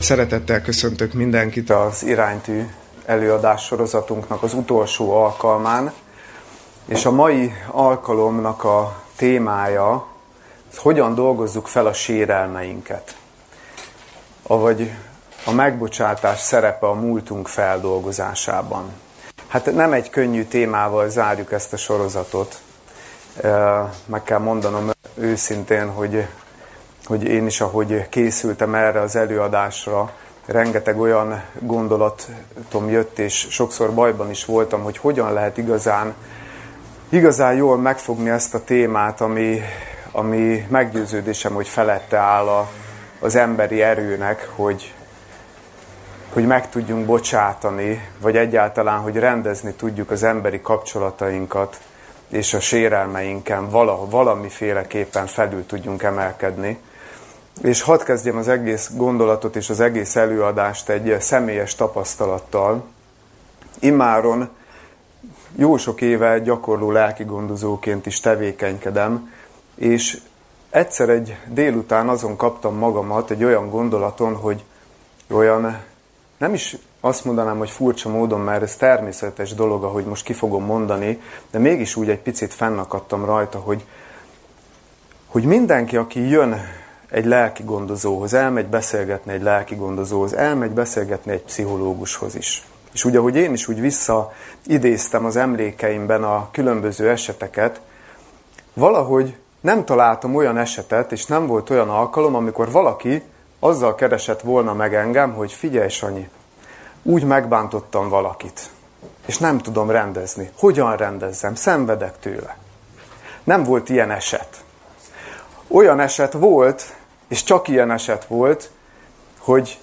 Szeretettel köszöntök mindenkit az Iránytű előadás sorozatunknak az utolsó alkalmán, és a mai alkalomnak a témája, hogyan dolgozzuk fel a sérelmeinket, avagy a megbocsátás szerepe a múltunk feldolgozásában. Hát nem egy könnyű témával zárjuk ezt a sorozatot. Meg kell mondanom őszintén, hogy én is, ahogy készültem erre az előadásra, rengeteg olyan gondolatom jött, és sokszor bajban is voltam, hogy hogyan lehet igazán jól megfogni ezt a témát, ami meggyőződésem, hogy felette áll az emberi erőnek, hogy meg tudjunk bocsátani, vagy egyáltalán, hogy rendezni tudjuk az emberi kapcsolatainkat, és a sérelmeinken valamiféleképpen felül tudjunk emelkedni. És hadd kezdjem az egész gondolatot és az egész előadást egy személyes tapasztalattal. Immáron jó sok éve gyakorló lelkigondozóként is tevékenykedem, és egyszer egy délután azon kaptam magamat egy olyan gondolaton, hogy olyan, nem is azt mondanám, hogy furcsa módon, mert ez természetes dolog, ahogy most ki fogom mondani, de mégis úgy egy picit fennakadtam rajta, hogy mindenki, aki jön egy lelkigondozóhoz, elmegy beszélgetni egy lelkigondozóhoz, elmegy beszélgetni egy pszichológushoz is. És úgy, ahogy én is úgy visszaidéztem az emlékeimben a különböző eseteket, valahogy nem találtam olyan esetet, és nem volt olyan alkalom, amikor valaki azzal keresett volna meg engem, hogy figyelj, Sanyi, úgy megbántottam valakit, és nem tudom rendezni. Hogyan rendezzem? Szenvedek tőle. Nem volt ilyen eset. Olyan eset volt, és csak ilyen eset volt, hogy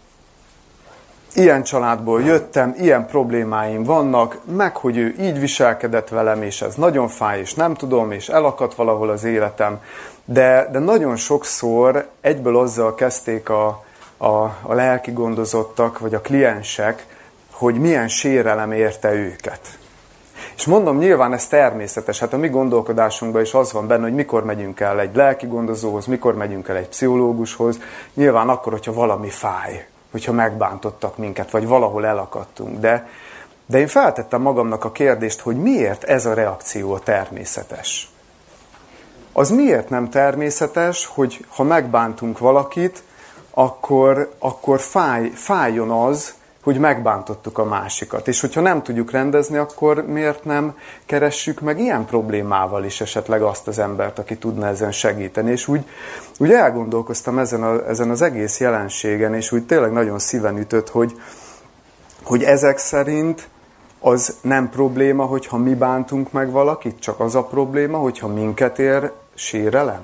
ilyen családból jöttem, ilyen problémáim vannak, meg hogy ő így viselkedett velem, és ez nagyon fáj, és nem tudom, és elakadt valahol az életem. De nagyon sokszor egyből azzal kezdték a lelkigondozottak, vagy a kliensek, hogy milyen sérelem érte őket. És mondom, nyilván ez természetes, hát a mi gondolkodásunkban is az van benne, hogy mikor megyünk el egy lelkigondozóhoz, mikor megyünk el egy pszichológushoz, nyilván akkor, hogyha valami fáj, hogyha megbántottak minket, vagy valahol elakadtunk. De én feltettem magamnak a kérdést, hogy miért ez a reakció a természetes? Az miért nem természetes, hogy ha megbántunk valakit, akkor fájjon az, hogy megbántottuk a másikat. És hogyha nem tudjuk rendezni, akkor miért nem keressük meg ilyen problémával is esetleg azt az embert, aki tudna ezen segíteni. És úgy elgondolkoztam ezen az egész jelenségen, és úgy tényleg nagyon szíven ütött, hogy ezek szerint az nem probléma, hogyha mi bántunk meg valakit, csak az a probléma, hogyha minket ér sérelem.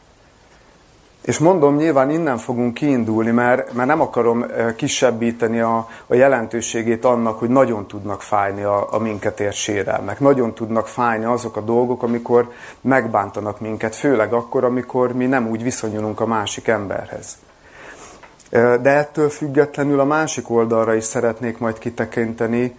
És mondom, nyilván innen fogunk kiindulni, mert nem akarom kisebbíteni a jelentőségét annak, hogy nagyon tudnak fájni a minket ért sérelmek. Nagyon tudnak fájni azok a dolgok, amikor megbántanak minket, főleg akkor, amikor mi nem úgy viszonyulunk a másik emberhez. De ettől függetlenül a másik oldalra is szeretnék majd kitekinteni,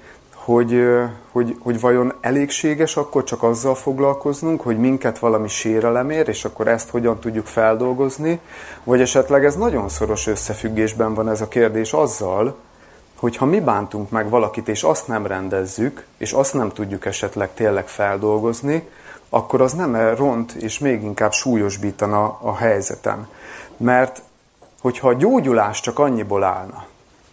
hogy vajon elégséges akkor csak azzal foglalkoznunk, hogy minket valami sérelem ér, és akkor ezt hogyan tudjuk feldolgozni, vagy esetleg ez nagyon szoros összefüggésben van ez a kérdés azzal, hogy ha mi bántunk meg valakit, és azt nem rendezzük, és azt nem tudjuk esetleg tényleg feldolgozni, akkor az nem ront, és még inkább súlyosbítana a helyzeten. Mert hogyha a gyógyulás csak annyiból állna,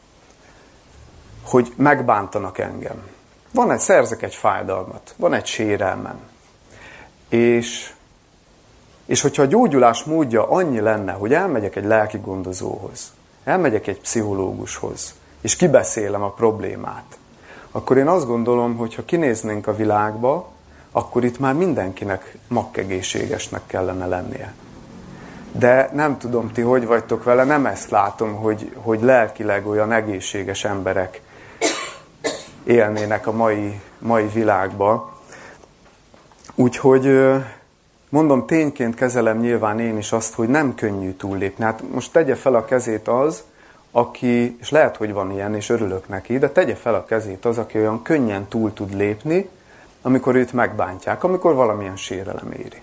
hogy megbántanak engem. Szerzek egy fájdalmat, van egy sérelmem. És hogyha a gyógyulás módja annyi lenne, hogy elmegyek egy lelkigondozóhoz, elmegyek egy pszichológushoz, és kibeszélem a problémát, akkor én azt gondolom, hogy ha kinéznénk a világba, akkor itt már mindenkinek makkegészségesnek kellene lennie. De nem tudom, ti hogy vagytok vele, nem ezt látom, hogy lelkileg olyan egészséges emberek élnének a mai világban. Úgyhogy mondom, tényként kezelem nyilván én is azt, hogy nem könnyű túllépni. Hát most tegye fel a kezét az, aki, és lehet, hogy van ilyen, és örülök neki, de tegye fel a kezét az, aki olyan könnyen túl tud lépni, amikor őt megbántják, amikor valamilyen sérelem éri.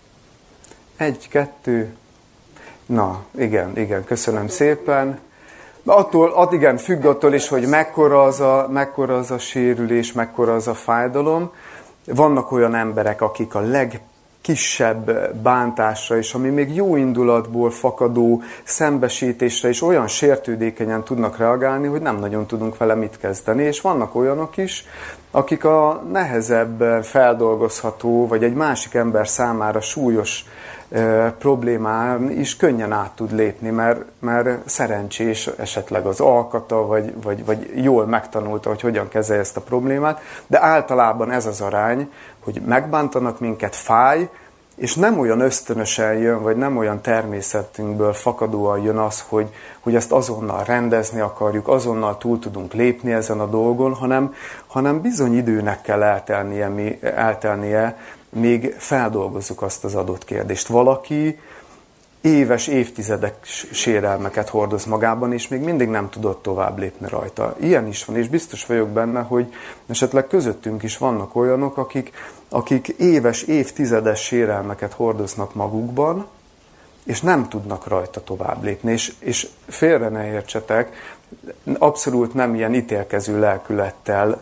1, 2, na, igen, köszönöm szépen. Igen, függ attól is, hogy mekkora az a sérülés, mekkora az a fájdalom. Vannak olyan emberek, akik a legkisebb bántásra is, ami még jó indulatból fakadó szembesítésre is olyan sértődékenyen tudnak reagálni, hogy nem nagyon tudunk vele mit kezdeni. És vannak olyanok is, akik a nehezebb feldolgozható, vagy egy másik ember számára súlyos problémán is könnyen át tud lépni, mert szerencsés esetleg az alkata, vagy jól megtanulta, hogy hogyan kezelje ezt a problémát, de általában ez az arány, hogy megbántanak minket, fáj, és nem olyan ösztönösen jön, vagy nem olyan természetünkből fakadóan jön az, hogy ezt azonnal rendezni akarjuk, azonnal túl tudunk lépni ezen a dolgon, hanem bizony időnek kell eltelnie, még feldolgozzuk azt az adott kérdést. Valaki éves, évtizedek sérelmeket hordoz magában, és még mindig nem tudott tovább lépni rajta. Ilyen is van, és biztos vagyok benne, hogy esetleg közöttünk is vannak olyanok, akik éves, évtizedes sérelmeket hordoznak magukban, és nem tudnak rajta tovább lépni. És félre ne értsetek, abszolút nem ilyen ítélkező lelkülettel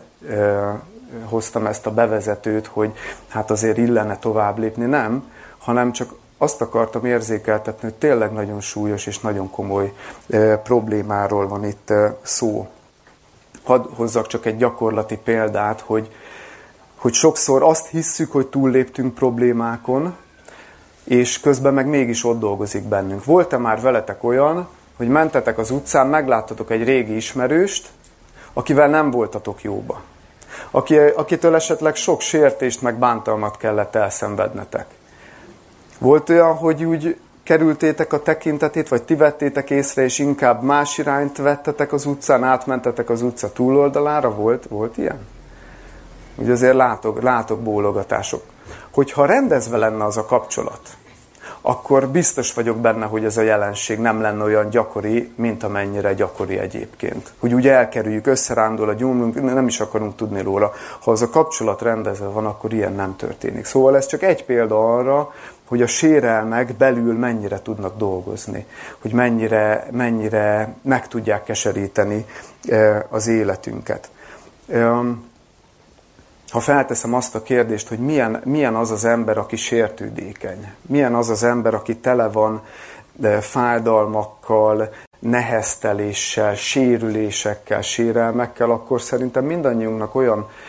hoztam ezt a bevezetőt, hogy hát azért illene tovább lépni, nem, hanem csak azt akartam érzékeltetni, hogy tényleg nagyon súlyos és nagyon komoly problémáról van itt szó. Hadd hozzak csak egy gyakorlati példát, hogy sokszor azt hisszük, hogy túlléptünk problémákon, és közben meg mégis ott dolgozik bennünk. Volt-e már veletek olyan, hogy mentetek az utcán, megláttatok egy régi ismerőst, akivel nem voltatok jóba? Akitől esetleg sok sértést meg bántalmat kellett elszenvednetek. Volt olyan, hogy úgy kerültétek a tekintetét, vagy ti vettétek észre, és inkább más irányt vettetek az utcán, átmentetek az utca túloldalára? Volt ilyen? Ugye azért látok bólogatások. Hogyha rendezve lenne az a kapcsolat, akkor biztos vagyok benne, hogy ez a jelenség nem lenne olyan gyakori, mint amennyire gyakori egyébként. Hogy úgy elkerüljük, összerándul a gyomrunk, nem is akarunk tudni róla. Ha az a kapcsolat rendezve van, akkor ilyen nem történik. Szóval ez csak egy példa arra, hogy a sérelmek belül mennyire tudnak dolgozni. Hogy mennyire meg tudják keseríteni az életünket. Ha felteszem azt a kérdést, hogy milyen az az ember, aki sértődékeny, milyen az az ember, aki tele van fájdalmakkal, nehezteléssel, sérülésekkel, sérelmekkel, akkor szerintem mindannyiunknak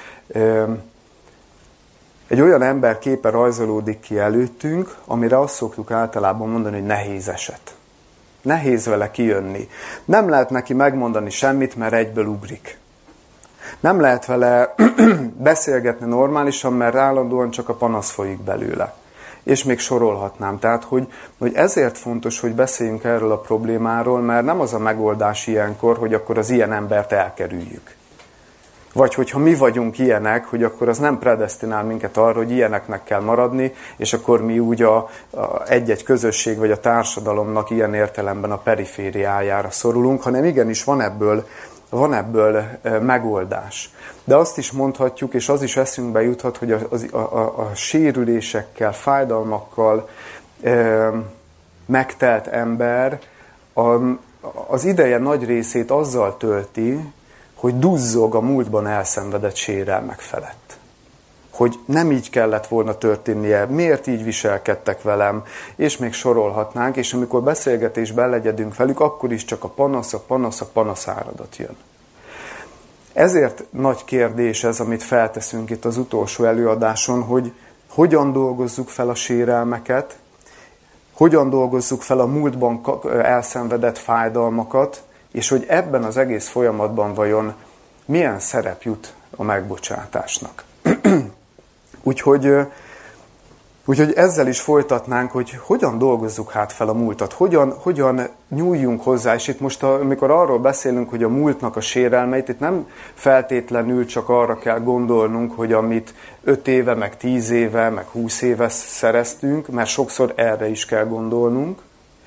egy olyan emberképe rajzolódik ki előttünk, amire azt szoktuk általában mondani, hogy nehéz eset. Nehéz vele kijönni. Nem lehet neki megmondani semmit, mert egyből ugrik. Nem lehet vele beszélgetni normálisan, mert állandóan csak a panasz folyik belőle. És még sorolhatnám. Tehát, hogy ezért fontos, hogy beszéljünk erről a problémáról, mert nem az a megoldás ilyenkor, hogy akkor az ilyen embert elkerüljük. Vagy hogyha mi vagyunk ilyenek, hogy akkor az nem predesztinál minket arra, hogy ilyeneknek kell maradni, és akkor mi úgy egy-egy közösség vagy a társadalomnak ilyen értelemben a perifériájára szorulunk, hanem igenis van ebből megoldás. De azt is mondhatjuk, és az is eszünkbe juthat, hogy a sérülésekkel, fájdalmakkal megtelt ember az ideje nagy részét azzal tölti, hogy duzzog a múltban elszenvedett sérelmek felett. Hogy nem így kellett volna történnie, miért így viselkedtek velem, és még sorolhatnánk, és amikor beszélgetésben legyedünk velük, akkor is csak a panasz áradat jön. Ezért nagy kérdés ez, amit felteszünk itt az utolsó előadáson, hogy hogyan dolgozzuk fel a sérelmeket, hogyan dolgozzuk fel a múltban elszenvedett fájdalmakat, és hogy ebben az egész folyamatban vajon milyen szerep jut a megbocsátásnak. Úgyhogy ezzel is folytatnánk, hogy hogyan dolgozzuk hát fel a múltat, hogyan nyúljunk hozzá, és itt most, amikor arról beszélünk, hogy a múltnak a sérelmeit, itt nem feltétlenül csak arra kell gondolnunk, hogy amit 5 éve, meg 10 éve, meg 20 éve szereztünk, mert sokszor erre is kell gondolnunk,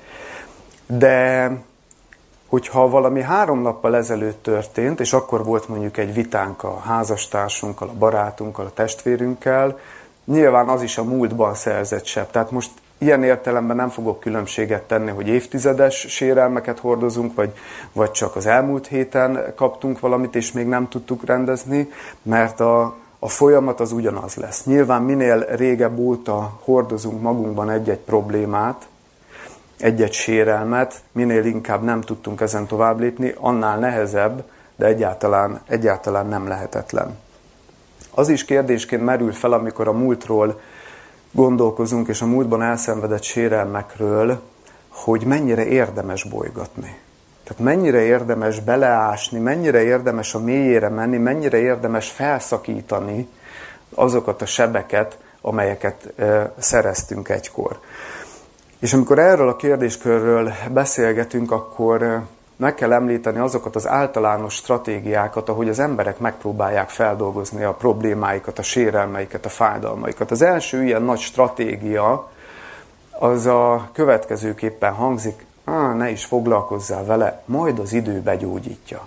de hogyha valami 3 nappal ezelőtt történt, és akkor volt mondjuk egy vitánk a házastársunkkal, a barátunkkal, a testvérünkkel, nyilván az is a múltban szerzett seb. Tehát most ilyen értelemben nem fogok különbséget tenni, hogy évtizedes sérelmeket hordozunk, vagy csak az elmúlt héten kaptunk valamit, és még nem tudtuk rendezni, mert a folyamat az ugyanaz lesz. Nyilván minél régebb óta hordozunk magunkban egy-egy problémát, egy-egy sérelmet, minél inkább nem tudtunk ezen tovább lépni, annál nehezebb, de egyáltalán nem lehetetlen. Az is kérdésként merül fel, amikor a múltról gondolkozunk, és a múltban elszenvedett sérelmekről, hogy mennyire érdemes bolygatni. Tehát mennyire érdemes beleásni, mennyire érdemes a mélyére menni, mennyire érdemes felszakítani azokat a sebeket, amelyeket szereztünk egykor. És amikor erről a kérdéskörről beszélgetünk, akkor meg kell említeni azokat az általános stratégiákat, ahogy az emberek megpróbálják feldolgozni a problémáikat, a sérelmeiket, a fájdalmaikat. Az első ilyen nagy stratégia az a következőképpen hangzik: ne is foglalkozzál vele, majd az idő begyógyítja.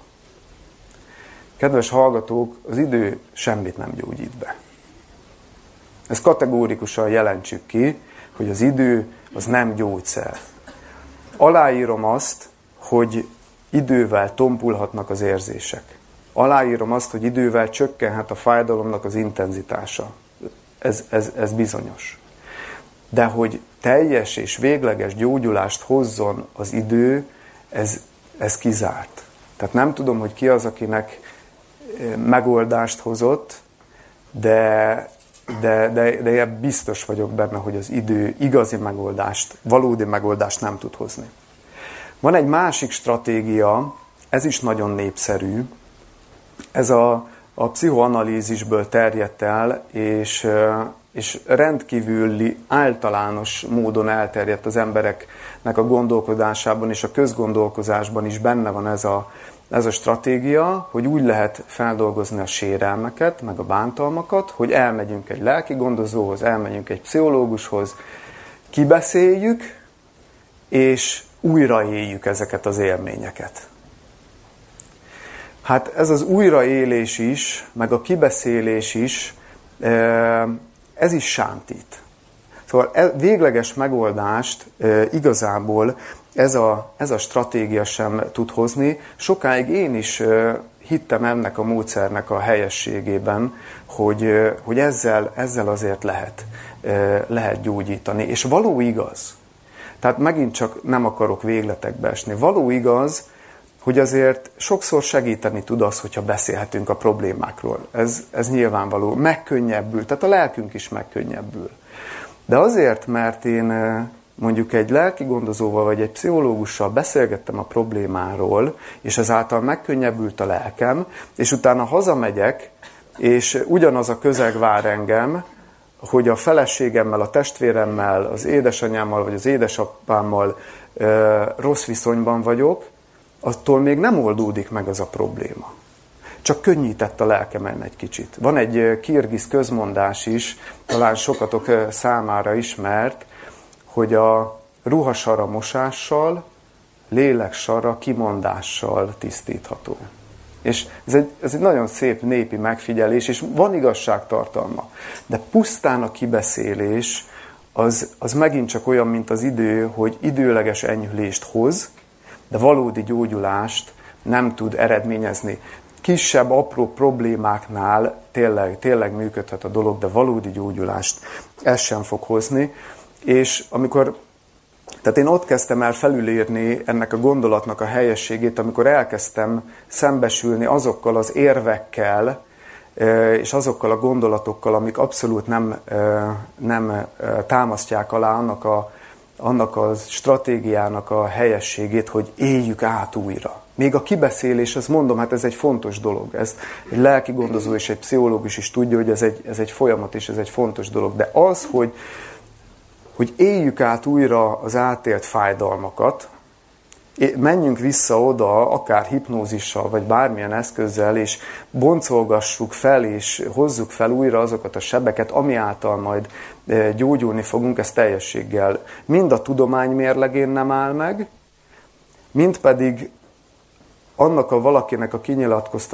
Kedves hallgatók, az idő semmit nem gyógyít be. Ezt kategórikusan jelentsük ki, hogy az idő az nem gyógyszer. Aláírom azt, hogy idővel tompulhatnak az érzések. Aláírom azt, hogy idővel csökkenhet a fájdalomnak az intenzitása. Ez bizonyos. De hogy teljes és végleges gyógyulást hozzon az idő, ez kizárt. Tehát nem tudom, hogy ki az, akinek megoldást hozott, de én biztos vagyok benne, hogy az idő igazi megoldást, valódi megoldást nem tud hozni. Van egy másik stratégia, ez is nagyon népszerű, ez a pszichoanalízisből terjedt el, és rendkívüli általános módon elterjedt az embereknek a gondolkodásában és a közgondolkozásban is benne van ez a stratégia, hogy úgy lehet feldolgozni a sérelmeket, meg a bántalmakat, hogy elmegyünk egy lelki gondozóhoz, elmegyünk egy pszichológushoz, kibeszéljük, és újraéljük ezeket az élményeket. Hát ez az újraélés is, meg a kibeszélés is, ez is sántít. Szóval végleges megoldást igazából ez a stratégia sem tud hozni. Sokáig én is hittem ennek a módszernek a helyességében, hogy ezzel azért lehet gyógyítani. És való igaz. Tehát megint csak nem akarok végletekbe esni. Való igaz, hogy azért sokszor segíteni tud az, hogyha beszélhetünk a problémákról. Ez nyilvánvaló. Megkönnyebbül, tehát a lelkünk is megkönnyebbül. De azért, mert én mondjuk egy lelki gondozóval vagy egy pszichológussal beszélgettem a problémáról, és ezáltal megkönnyebbült a lelkem, és utána hazamegyek, és ugyanaz a közeg vár engem, hogy a feleségemmel, a testvéremmel, az édesanyámmal vagy az édesapámmal rossz viszonyban vagyok, attól még nem oldódik meg az a probléma. Csak könnyített a lelkemen egy kicsit. Van egy kirgiz közmondás is, talán sokatok számára ismert, hogy a ruhasara mosással, léleksara kimondással tisztítható. És ez egy nagyon szép népi megfigyelés, és van igazságtartalma. De pusztán a kibeszélés az megint csak olyan, mint az idő, hogy időleges enyhülést hoz, de valódi gyógyulást nem tud eredményezni. Kisebb, apró problémáknál tényleg működhet a dolog, de valódi gyógyulást ez sem fog hozni. És tehát én ott kezdtem el felülírni ennek a gondolatnak a helyességét, amikor elkezdtem szembesülni azokkal az érvekkel, és azokkal a gondolatokkal, amik abszolút nem támasztják alá annak a stratégiának a helyességét, hogy éljük át újra. Még a kibeszélés, azt mondom, hát ez egy fontos dolog. Ez egy lelki gondozó és egy pszichológus is tudja, hogy ez egy folyamat és ez egy fontos dolog. De az, hogy éljük át újra az átélt fájdalmakat, menjünk vissza oda, akár hipnózissal, vagy bármilyen eszközzel, és boncolgassuk fel, és hozzuk fel újra azokat a sebeket, ami által majd gyógyulni fogunk, ez teljességgel mind a tudomány mérlegén nem áll meg, mind pedig annak a valakinek a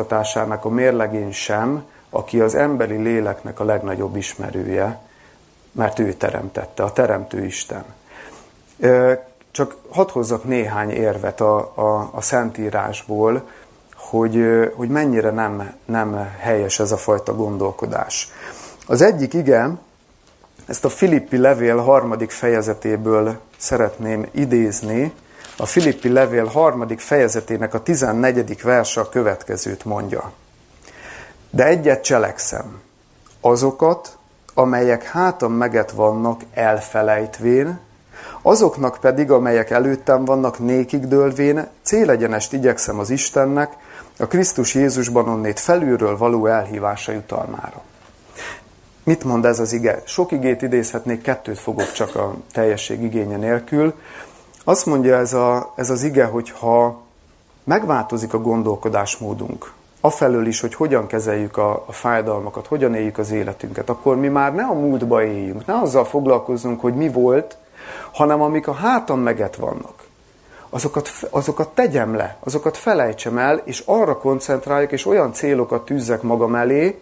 kinyilatkoztatásának a mérlegén sem, aki az emberi léleknek a legnagyobb ismerője, mert ő teremtette, a Teremtő Isten. Csak hadd hozzak néhány érvet a Szentírásból, hogy mennyire nem helyes ez a fajta gondolkodás. Az egyik ige, ezt a Filippi levél 3. fejezetéből szeretném idézni. A Filippi levél 3. fejezetének a 14. verse a következőt mondja. De egyet cselekszem, azokat, amelyek hátam meget vannak elfelejtvén, azoknak pedig, amelyek előttem vannak nékig dőlvén, célegyenest igyekszem az Istennek, a Krisztus Jézusban onnét felülről való elhívása jutalmára. Mit mond ez az ige? Sok igét idézhetnék, 2 fogok csak a teljesség igénye nélkül. Azt mondja ez az ige, hogy ha megváltozik a gondolkodásmódunk, afelől is, hogy hogyan kezeljük a fájdalmakat, hogyan éljük az életünket, akkor mi már ne a múltba éljünk, ne azzal foglalkozzunk, hogy mi volt, hanem amik a hátam meget vannak. Azokat tegyem le, azokat felejtsem el, és arra koncentráljak, és olyan célokat tűzzek magam elé,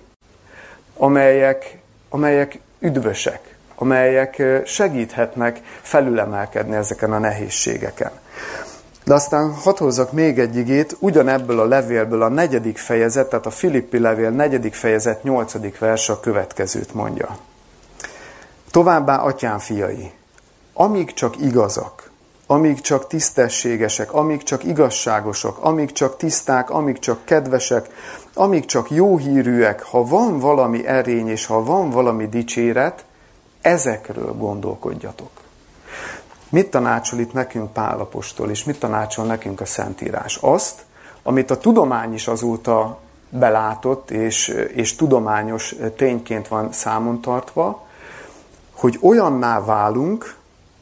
amelyek üdvösek, amelyek segíthetnek felülemelkedni ezeken a nehézségeken. De aztán hadd hozzak még egy igét, ugyanebből a levélből a 4. fejezet, tehát a Filippi levél 4. fejezet 8. verse a következőt mondja. Továbbá, atyám fiai, amíg csak igazak, amíg csak tisztességesek, amíg csak igazságosak, amíg csak tiszták, amíg csak kedvesek, amíg csak jó hírűek, ha van valami erény és ha van valami dicséret, ezekről gondolkodjatok. Mit tanácsol itt nekünk Pál apostol, és mit tanácsol nekünk a Szentírás? Azt, amit a tudomány is azóta belátott, és tudományos tényként van számon tartva, hogy olyanná válunk,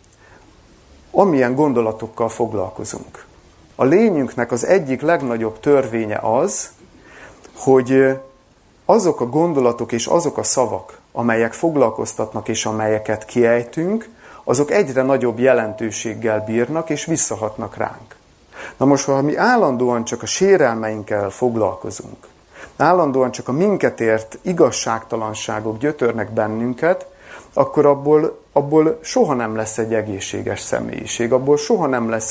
amilyen gondolatokkal foglalkozunk. A lényünknek az egyik legnagyobb törvénye az, hogy azok a gondolatok és azok a szavak, amelyek foglalkoztatnak és amelyeket kiejtünk, azok egyre nagyobb jelentőséggel bírnak és visszahatnak ránk. Na most, ha mi állandóan csak a sérelmeinkkel foglalkozunk, állandóan csak a minket ért igazságtalanságok gyötörnek bennünket, akkor abból soha nem lesz egy egészséges személyiség, abból soha nem lesz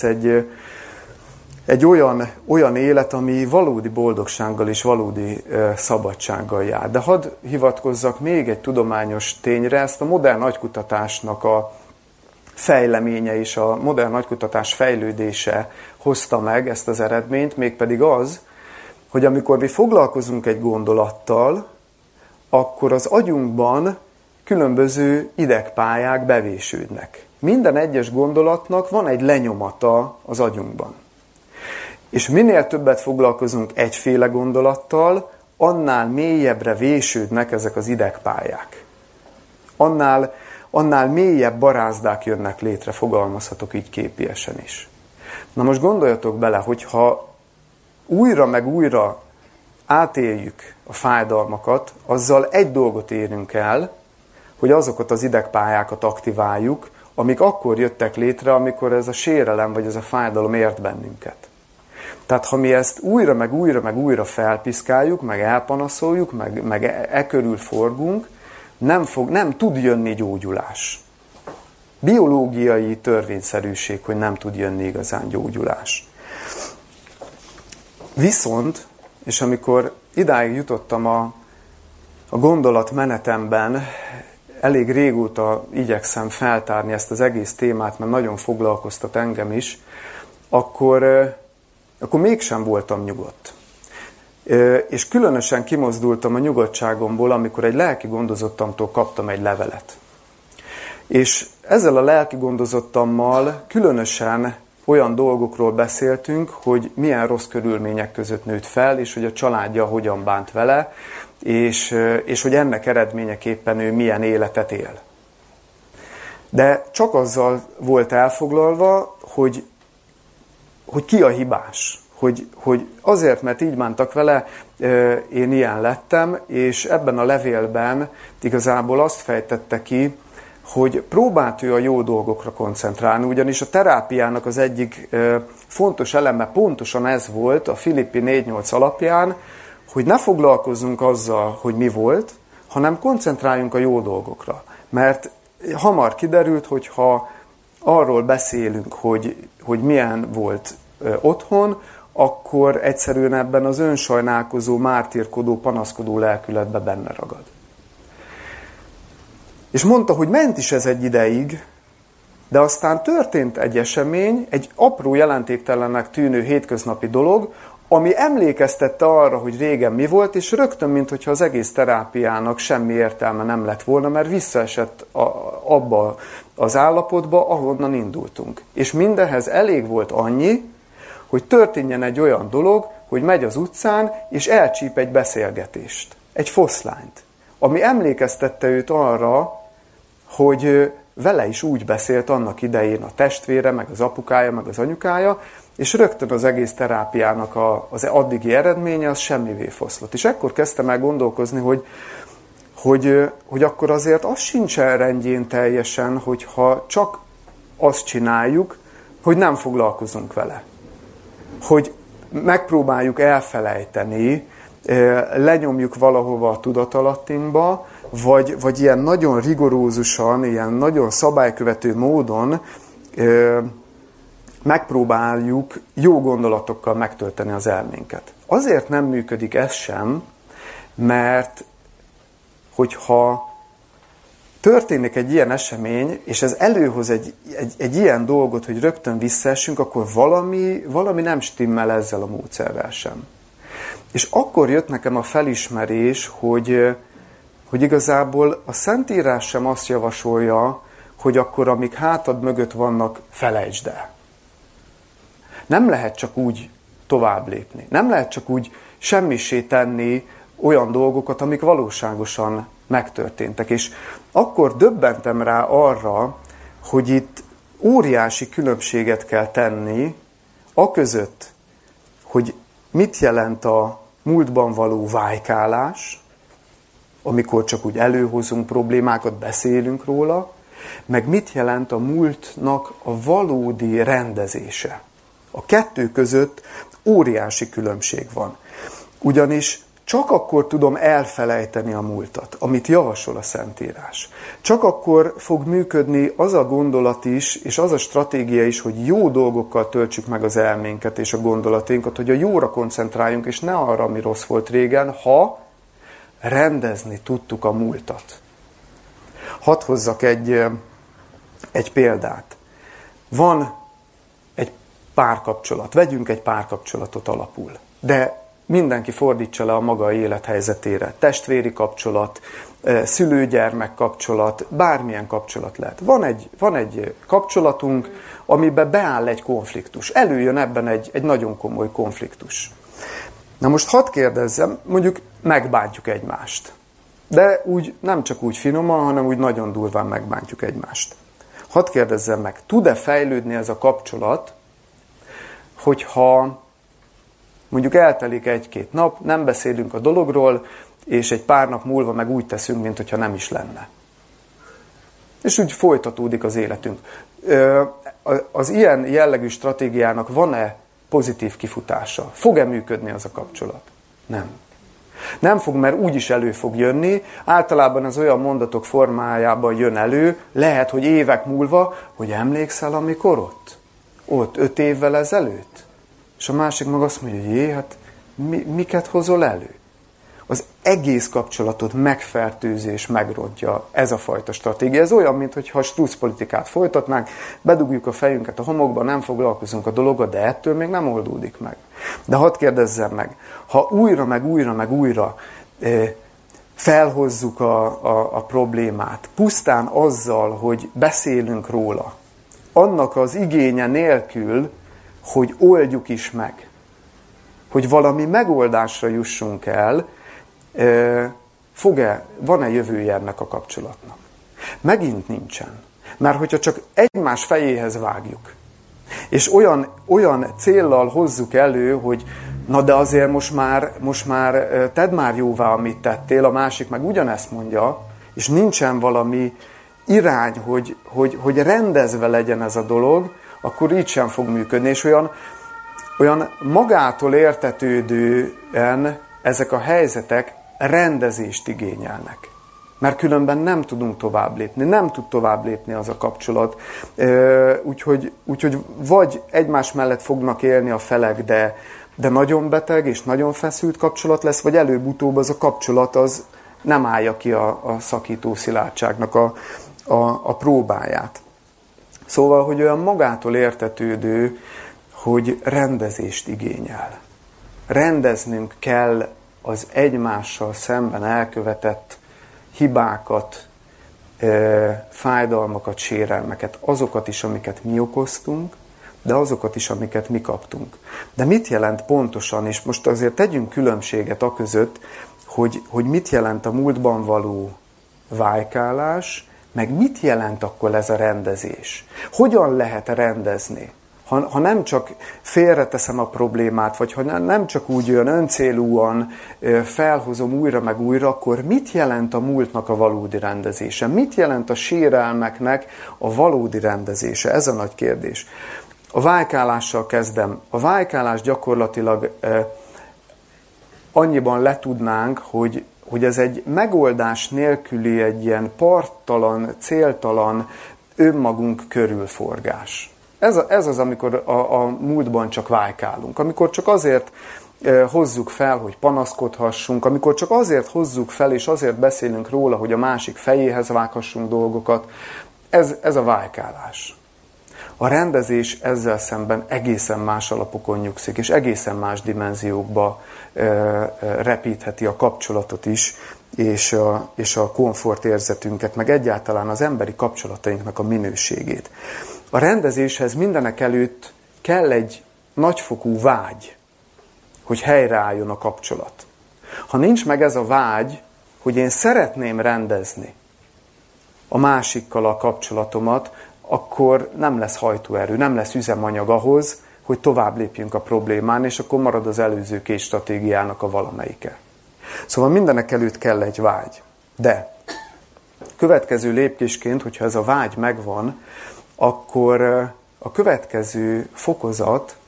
egy olyan élet, ami valódi boldogsággal és valódi szabadsággal jár. De hadd hivatkozzak még egy tudományos tényre, ezt a modern agykutatásnak a fejleménye és a modern agykutatás fejlődése hozta meg ezt az eredményt, mégpedig az, hogy amikor mi foglalkozunk egy gondolattal, akkor az agyunkban különböző idegpályák bevésődnek. Minden egyes gondolatnak van egy lenyomata az agyunkban. És minél többet foglalkozunk egyféle gondolattal, annál mélyebbre vésődnek ezek az idegpályák. Annál mélyebb barázdák jönnek létre, fogalmazhatok így képiesen is. Na most gondoljatok bele, hogyha újra meg újra átéljük a fájdalmakat, azzal egy dolgot érünk el, hogy azokat az idegpályákat aktiváljuk, amik akkor jöttek létre, amikor ez a sérelem vagy ez a fájdalom ért bennünket. Tehát ha mi ezt újra meg újra felpiszkáljuk, meg elpanaszoljuk, meg körül forgunk, nem tud jönni gyógyulás. Biológiai törvényszerűség, hogy nem tud jönni igazán gyógyulás. Viszont, és amikor idáig jutottam a gondolatmenetemben, elég régóta igyekszem feltárni ezt az egész témát, mert nagyon foglalkoztat engem is, akkor mégsem voltam nyugodt. És különösen kimozdultam a nyugodtságomból, amikor egy lelki gondozottamtól kaptam egy levelet. És ezzel a lelki gondozottammal különösen olyan dolgokról beszéltünk, hogy milyen rossz körülmények között nőtt fel, és hogy a családja hogyan bánt vele, és hogy ennek eredményeképpen ő milyen életet él. De csak azzal volt elfoglalva, hogy ki a hibás. Hogy azért, mert így bántak vele, én ilyen lettem, és ebben a levélben igazából azt fejtette ki, hogy próbált ő a jó dolgokra koncentrálni, ugyanis a terápiának az egyik fontos eleme pontosan ez volt a Filippi 4.8 alapján, hogy ne foglalkozzunk azzal, hogy mi volt, hanem koncentráljunk a jó dolgokra. Mert hamar kiderült, hogy ha arról beszélünk, hogy milyen volt otthon, akkor egyszerűen ebben az önsajnálkozó, mártírkodó, panaszkodó lelkületbe benne ragad. És mondta, hogy ment is ez egy ideig, de aztán történt egy esemény, egy apró jelentéktelennek tűnő hétköznapi dolog, ami emlékeztette arra, hogy régen mi volt, és rögtön, mintha az egész terápiának semmi értelme nem lett volna, mert visszaesett abba az állapotba, ahonnan indultunk. És mindenhez elég volt annyi, hogy történjen egy olyan dolog, hogy megy az utcán, és elcsíp egy beszélgetést, egy foszlányt, ami emlékeztette őt arra, hogy vele is úgy beszélt annak idején a testvére, meg az apukája, meg az anyukája, és rögtön az egész terápiának az addigi eredménye az semmivé foszlott. És ekkor kezdtem el gondolkozni, hogy akkor azért az sincsen rendjén teljesen, hogyha csak azt csináljuk, hogy nem foglalkozunk vele. Hogy megpróbáljuk elfelejteni, lenyomjuk valahova a tudatalattinkba, vagy ilyen nagyon rigorózusan, ilyen nagyon szabálykövető módon megpróbáljuk jó gondolatokkal megtölteni az elménket. Azért nem működik ez sem, mert hogyha történik egy ilyen esemény, és ez előhoz egy ilyen dolgot, hogy rögtön visszaessünk, akkor valami nem stimmel ezzel a módszerrel sem. És akkor jött nekem a felismerés, hogy igazából a Szentírás sem azt javasolja, hogy akkor, amik hátad mögött vannak, felejtsd el. Nem lehet csak úgy tovább lépni. Nem lehet csak úgy semmisé tenni olyan dolgokat, amik valóságosan megtörténtek. És akkor döbbentem rá arra, hogy itt óriási különbséget kell tenni aközött, hogy mit jelent a múltban való vájkálás, amikor csak úgy előhozunk problémákat, beszélünk róla, meg mit jelent a múltnak a valódi rendezése. A kettő között óriási különbség van. Ugyanis csak akkor tudom elfelejteni a múltat, amit javasol a Szentírás. Csak akkor fog működni az a gondolat is, és az a stratégia is, hogy jó dolgokkal töltsük meg az elménket és a gondolaténkat, hogy a jóra koncentráljunk, és ne arra, ami rossz volt régen, ha rendezni tudtuk a múltat. Hadd hozzak egy példát. Van egy párkapcsolat, vegyünk egy párkapcsolatot alapul, de mindenki fordítsa le a maga élethelyzetére. Testvéri kapcsolat, szülő-gyermek kapcsolat, bármilyen kapcsolat lehet. Van egy kapcsolatunk, amiben beáll egy konfliktus. Előjön ebben egy nagyon komoly konfliktus. Na most hadd kérdezzem, mondjuk megbántjuk egymást. De úgy nem csak úgy finoman, hanem úgy nagyon durván megbántjuk egymást. Hadd kérdezzem meg, tud-e fejlődni ez a kapcsolat, hogyha mondjuk eltelik egy-két nap, nem beszélünk a dologról, és egy pár nap múlva meg úgy teszünk, mintha nem is lenne. És úgy folytatódik az életünk. Az ilyen jellegű stratégiának van-e pozitív kifutása? Fog-e működni az a kapcsolat? Nem. Nem fog, mert úgyis elő fog jönni. Általában az olyan mondatok formájában jön elő, lehet, hogy évek múlva, hogy emlékszel, amikor ott 5 évvel ezelőtt? És a másik meg azt mondja, hogy jé, hát miket hozol elő? Az egész kapcsolatot megfertőzés, megrontja ez a fajta stratégia. Ez olyan, mintha struccpolitikát folytatnánk, bedugjuk a fejünket a homokba, nem foglalkozunk a dologgal, de ettől még nem oldódik meg. De hadd kérdezzem meg, ha újra felhozzuk a problémát, pusztán azzal, hogy beszélünk róla, annak az igénye nélkül, hogy oldjuk is meg, hogy valami megoldásra jussunk el, van-e jövője ennek a kapcsolatnak? Megint nincsen. Mert hogyha csak egymás fejéhez vágjuk, és olyan céllal hozzuk elő, hogy na de azért most már tedd már jóvá, amit tettél, a másik meg ugyanezt mondja, és nincsen valami irány, hogy rendezve legyen ez a dolog, akkor így sem fog működni, és olyan magától értetődően ezek a helyzetek rendezést igényelnek. Mert különben nem tudunk tovább lépni, nem tud tovább lépni az a kapcsolat. Úgyhogy vagy egymás mellett fognak élni a felek, de nagyon beteg és nagyon feszült kapcsolat lesz, vagy előbb-utóbb az a kapcsolat az nem állja ki a szakító szilárdságnak a próbáját. Szóval, hogy olyan magától értetődő, hogy rendezést igényel. Rendeznünk kell az egymással szemben elkövetett hibákat, fájdalmakat, sérelmeket, azokat is, amiket mi okoztunk, de azokat is, amiket mi kaptunk. De mit jelent pontosan, és most azért tegyünk különbséget aközött, hogy mit jelent a múltban való vájkálás, meg mit jelent akkor ez a rendezés? Hogyan lehet rendezni? Ha nem csak félreteszem a problémát, vagy ha nem csak úgy olyan öncélúan felhozom újra meg újra, akkor mit jelent a múltnak a valódi rendezése? Mit jelent a sérelmeknek a valódi rendezése? Ez a nagy kérdés. A vájkálással kezdem. A vájkálás gyakorlatilag annyiban letudnánk, hogy ez egy megoldás nélküli, egy ilyen céltalan, önmagunk körülforgás. Ez az, amikor a múltban csak vájkálunk. Amikor csak azért hozzuk fel, hogy panaszkodhassunk, amikor csak azért hozzuk fel, és azért beszélünk róla, hogy a másik fejéhez vághassunk dolgokat. Ez a vájkálás. A rendezés ezzel szemben egészen más alapokon nyugszik, és egészen más dimenziókba repítheti a kapcsolatot is, és a komfortérzetünket, meg egyáltalán az emberi kapcsolatainknak a minőségét. A rendezéshez mindenek előtt kell egy nagyfokú vágy, hogy helyreálljon a kapcsolat. Ha nincs meg ez a vágy, hogy én szeretném rendezni a másikkal a kapcsolatomat, akkor nem lesz hajtóerő, nem lesz üzemanyag ahhoz, hogy tovább lépjünk a problémán, és akkor marad az előző két stratégiának a valamelyike. Szóval mindenek előtt kell egy vágy. De következő lépésként, hogyha ez a vágy megvan, akkor a következő fokozat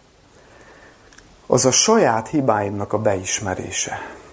az a saját hibáimnak a beismerése.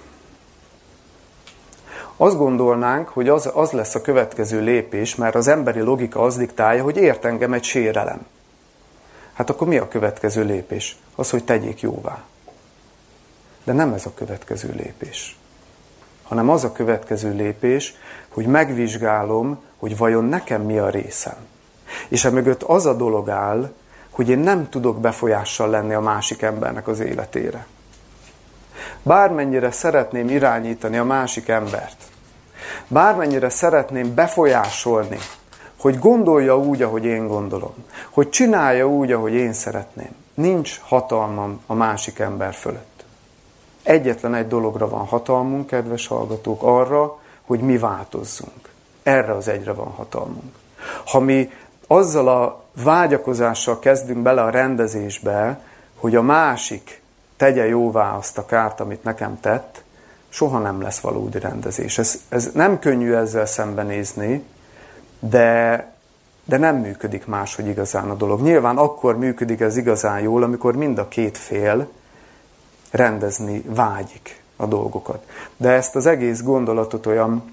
Azt gondolnánk, hogy az lesz a következő lépés, mert az emberi logika az diktálja, hogy ért engem egy sérelem. Hát akkor mi a következő lépés? Az, hogy tegyék jóvá. De nem ez a következő lépés. Hanem az a következő lépés, hogy megvizsgálom, hogy vajon nekem mi a részem. És emögött az a dolog áll, hogy én nem tudok befolyással lenni a másik embernek az életére. Bármennyire szeretném irányítani a másik embert, bármennyire szeretném befolyásolni, hogy gondolja úgy, ahogy én gondolom, hogy csinálja úgy, ahogy én szeretném, nincs hatalmam a másik ember fölött. Egyetlen egy dologra van hatalmunk, kedves hallgatók, arra, hogy mi változzunk. Erre az egyre van hatalmunk. Ha mi azzal a vágyakozással kezdünk bele a rendezésbe, hogy a másik tegye jóvá azt a kárt, amit nekem tett, soha nem lesz valódi rendezés. Ez nem könnyű ezzel szembenézni, de nem működik máshogy igazán a dolog. Nyilván akkor működik ez igazán jól, amikor mind a két fél rendezni vágyik a dolgokat. De ezt az egész gondolatot olyan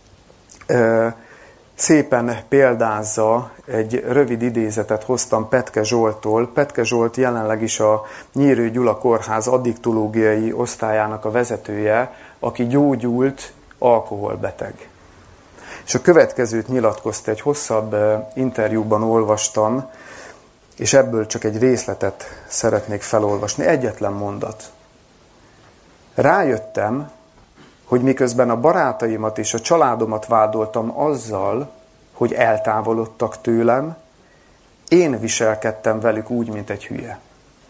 szépen példázza, egy rövid idézetet hoztam Petke Zsolttól. Petke Zsolt jelenleg is a Nyírő Gyula Kórház addiktológiai osztályának a vezetője, aki gyógyult alkoholbeteg. És a következőt nyilatkozta, egy hosszabb interjúban olvastam, és ebből csak egy részletet szeretnék felolvasni. Egyetlen mondat. Rájöttem, hogy miközben a barátaimat és a családomat vádoltam azzal, hogy eltávolodtak tőlem, én viselkedtem velük úgy, mint egy hülye.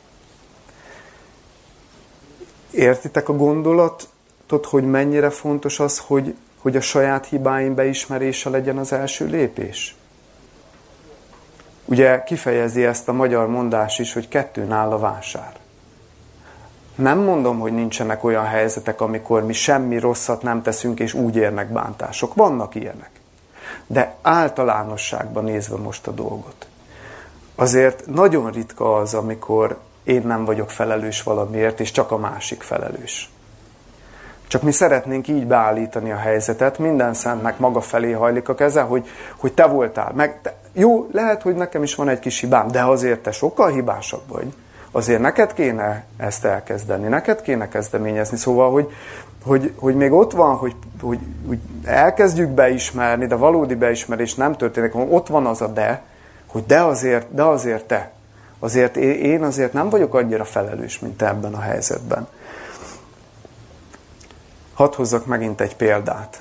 Értitek a gondolatot, hogy mennyire fontos az, hogy a saját hibáim beismerése legyen az első lépés? Ugye kifejezi ezt a magyar mondás is, hogy kettőn áll a vásár. Nem mondom, hogy nincsenek olyan helyzetek, amikor mi semmi rosszat nem teszünk, és úgy érnek bántások. Vannak ilyenek. De általánosságban nézve most a dolgot. Azért nagyon ritka az, amikor én nem vagyok felelős valamiért, és csak a másik felelős. Csak mi szeretnénk így beállítani a helyzetet, minden szentnek maga felé hajlik a keze, hogy te voltál. Jó, lehet, hogy nekem is van egy kis hibám, de azért te sokkal hibásabb vagy. Azért neked kéne ezt elkezdeni, neked kéne kezdeményezni. Szóval, hogy még ott van, hogy elkezdjük beismerni, de valódi beismerés nem történik. Ott van az a de, hogy de azért te. Azért én azért nem vagyok annyira felelős, mint te ebben a helyzetben. Hadd hozzak megint egy példát.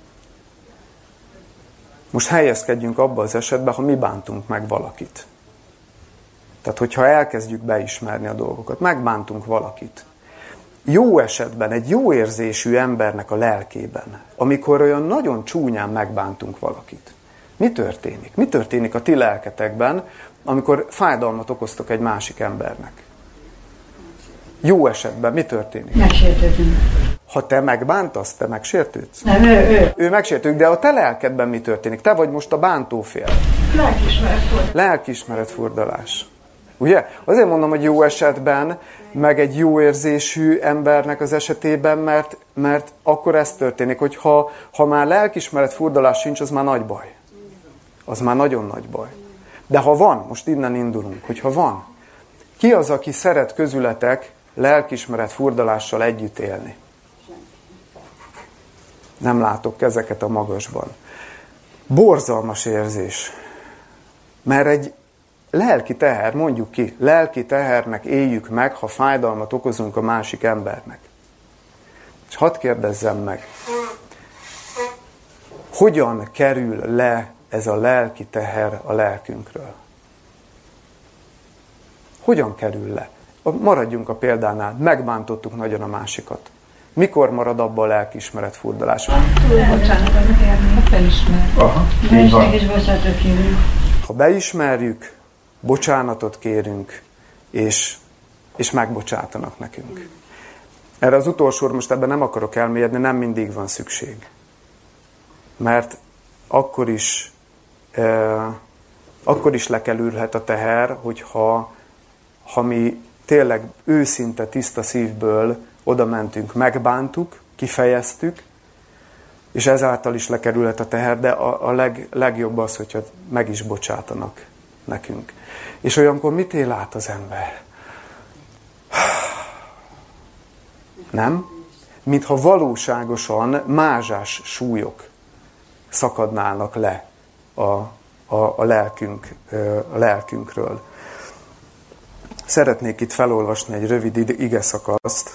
Most helyezkedjünk abba az esetben, ha mi bántunk meg valakit. Tehát, hogyha elkezdjük beismerni a dolgokat, megbántunk valakit. Jó esetben, egy jó érzésű embernek a lelkében, amikor olyan nagyon csúnyán megbántunk valakit. Mi történik? Mi történik a ti lelketekben, amikor fájdalmat okoztok egy másik embernek? Jó esetben mi történik? Megsértődünk. Ha te megbántasz, te megsértődsz? Nem, ő. Ő megsértődik, de a te lelkedben mi történik? Te vagy most a bántófél. Lelkiismeret furdalás. Ugye? Azért mondom, hogy jó esetben, meg egy jó érzésű embernek az esetében, mert akkor ez történik, hogy ha már lelkiismeret furdalás sincs, az már nagy baj. Az már nagyon nagy baj. De ha van, most innen indulunk, hogyha van, ki az, aki szeret közületek lelkiismeret furdalással együtt élni? Nem látok kezeket a magasban. Borzalmas érzés. Mert egy lelki teher, mondjuk ki, lelki tehernek éljük meg, ha fájdalmat okozunk a másik embernek. És hadd kérdezzem meg, hogyan kerül le ez a lelki teher a lelkünkről? Hogyan kerül le? Maradjunk a példánál, megbántottuk nagyon a másikat. Mikor marad abba a lelkiismeret furdalás? Bocsánatot kérni. Beismerjük és bocsánatot kérünk. Ha beismerjük, bocsánatot kérünk, és megbocsátanak nekünk. Erre az utolsóra most ebben nem akarok elmélyedni, nem mindig van szükség. Mert akkor is lekelülhet a teher, hogyha mi tényleg őszinte, tiszta szívből oda mentünk, megbántuk, kifejeztük, és ezáltal is lekerülhet a teher, de a legjobb az, hogyha meg is bocsátanak nekünk. És olyankor mit él át az ember? Nem? Mintha valóságosan mázsás súlyok szakadnának le a lelkünkről. Szeretnék itt felolvasni egy rövid igeszakaszt.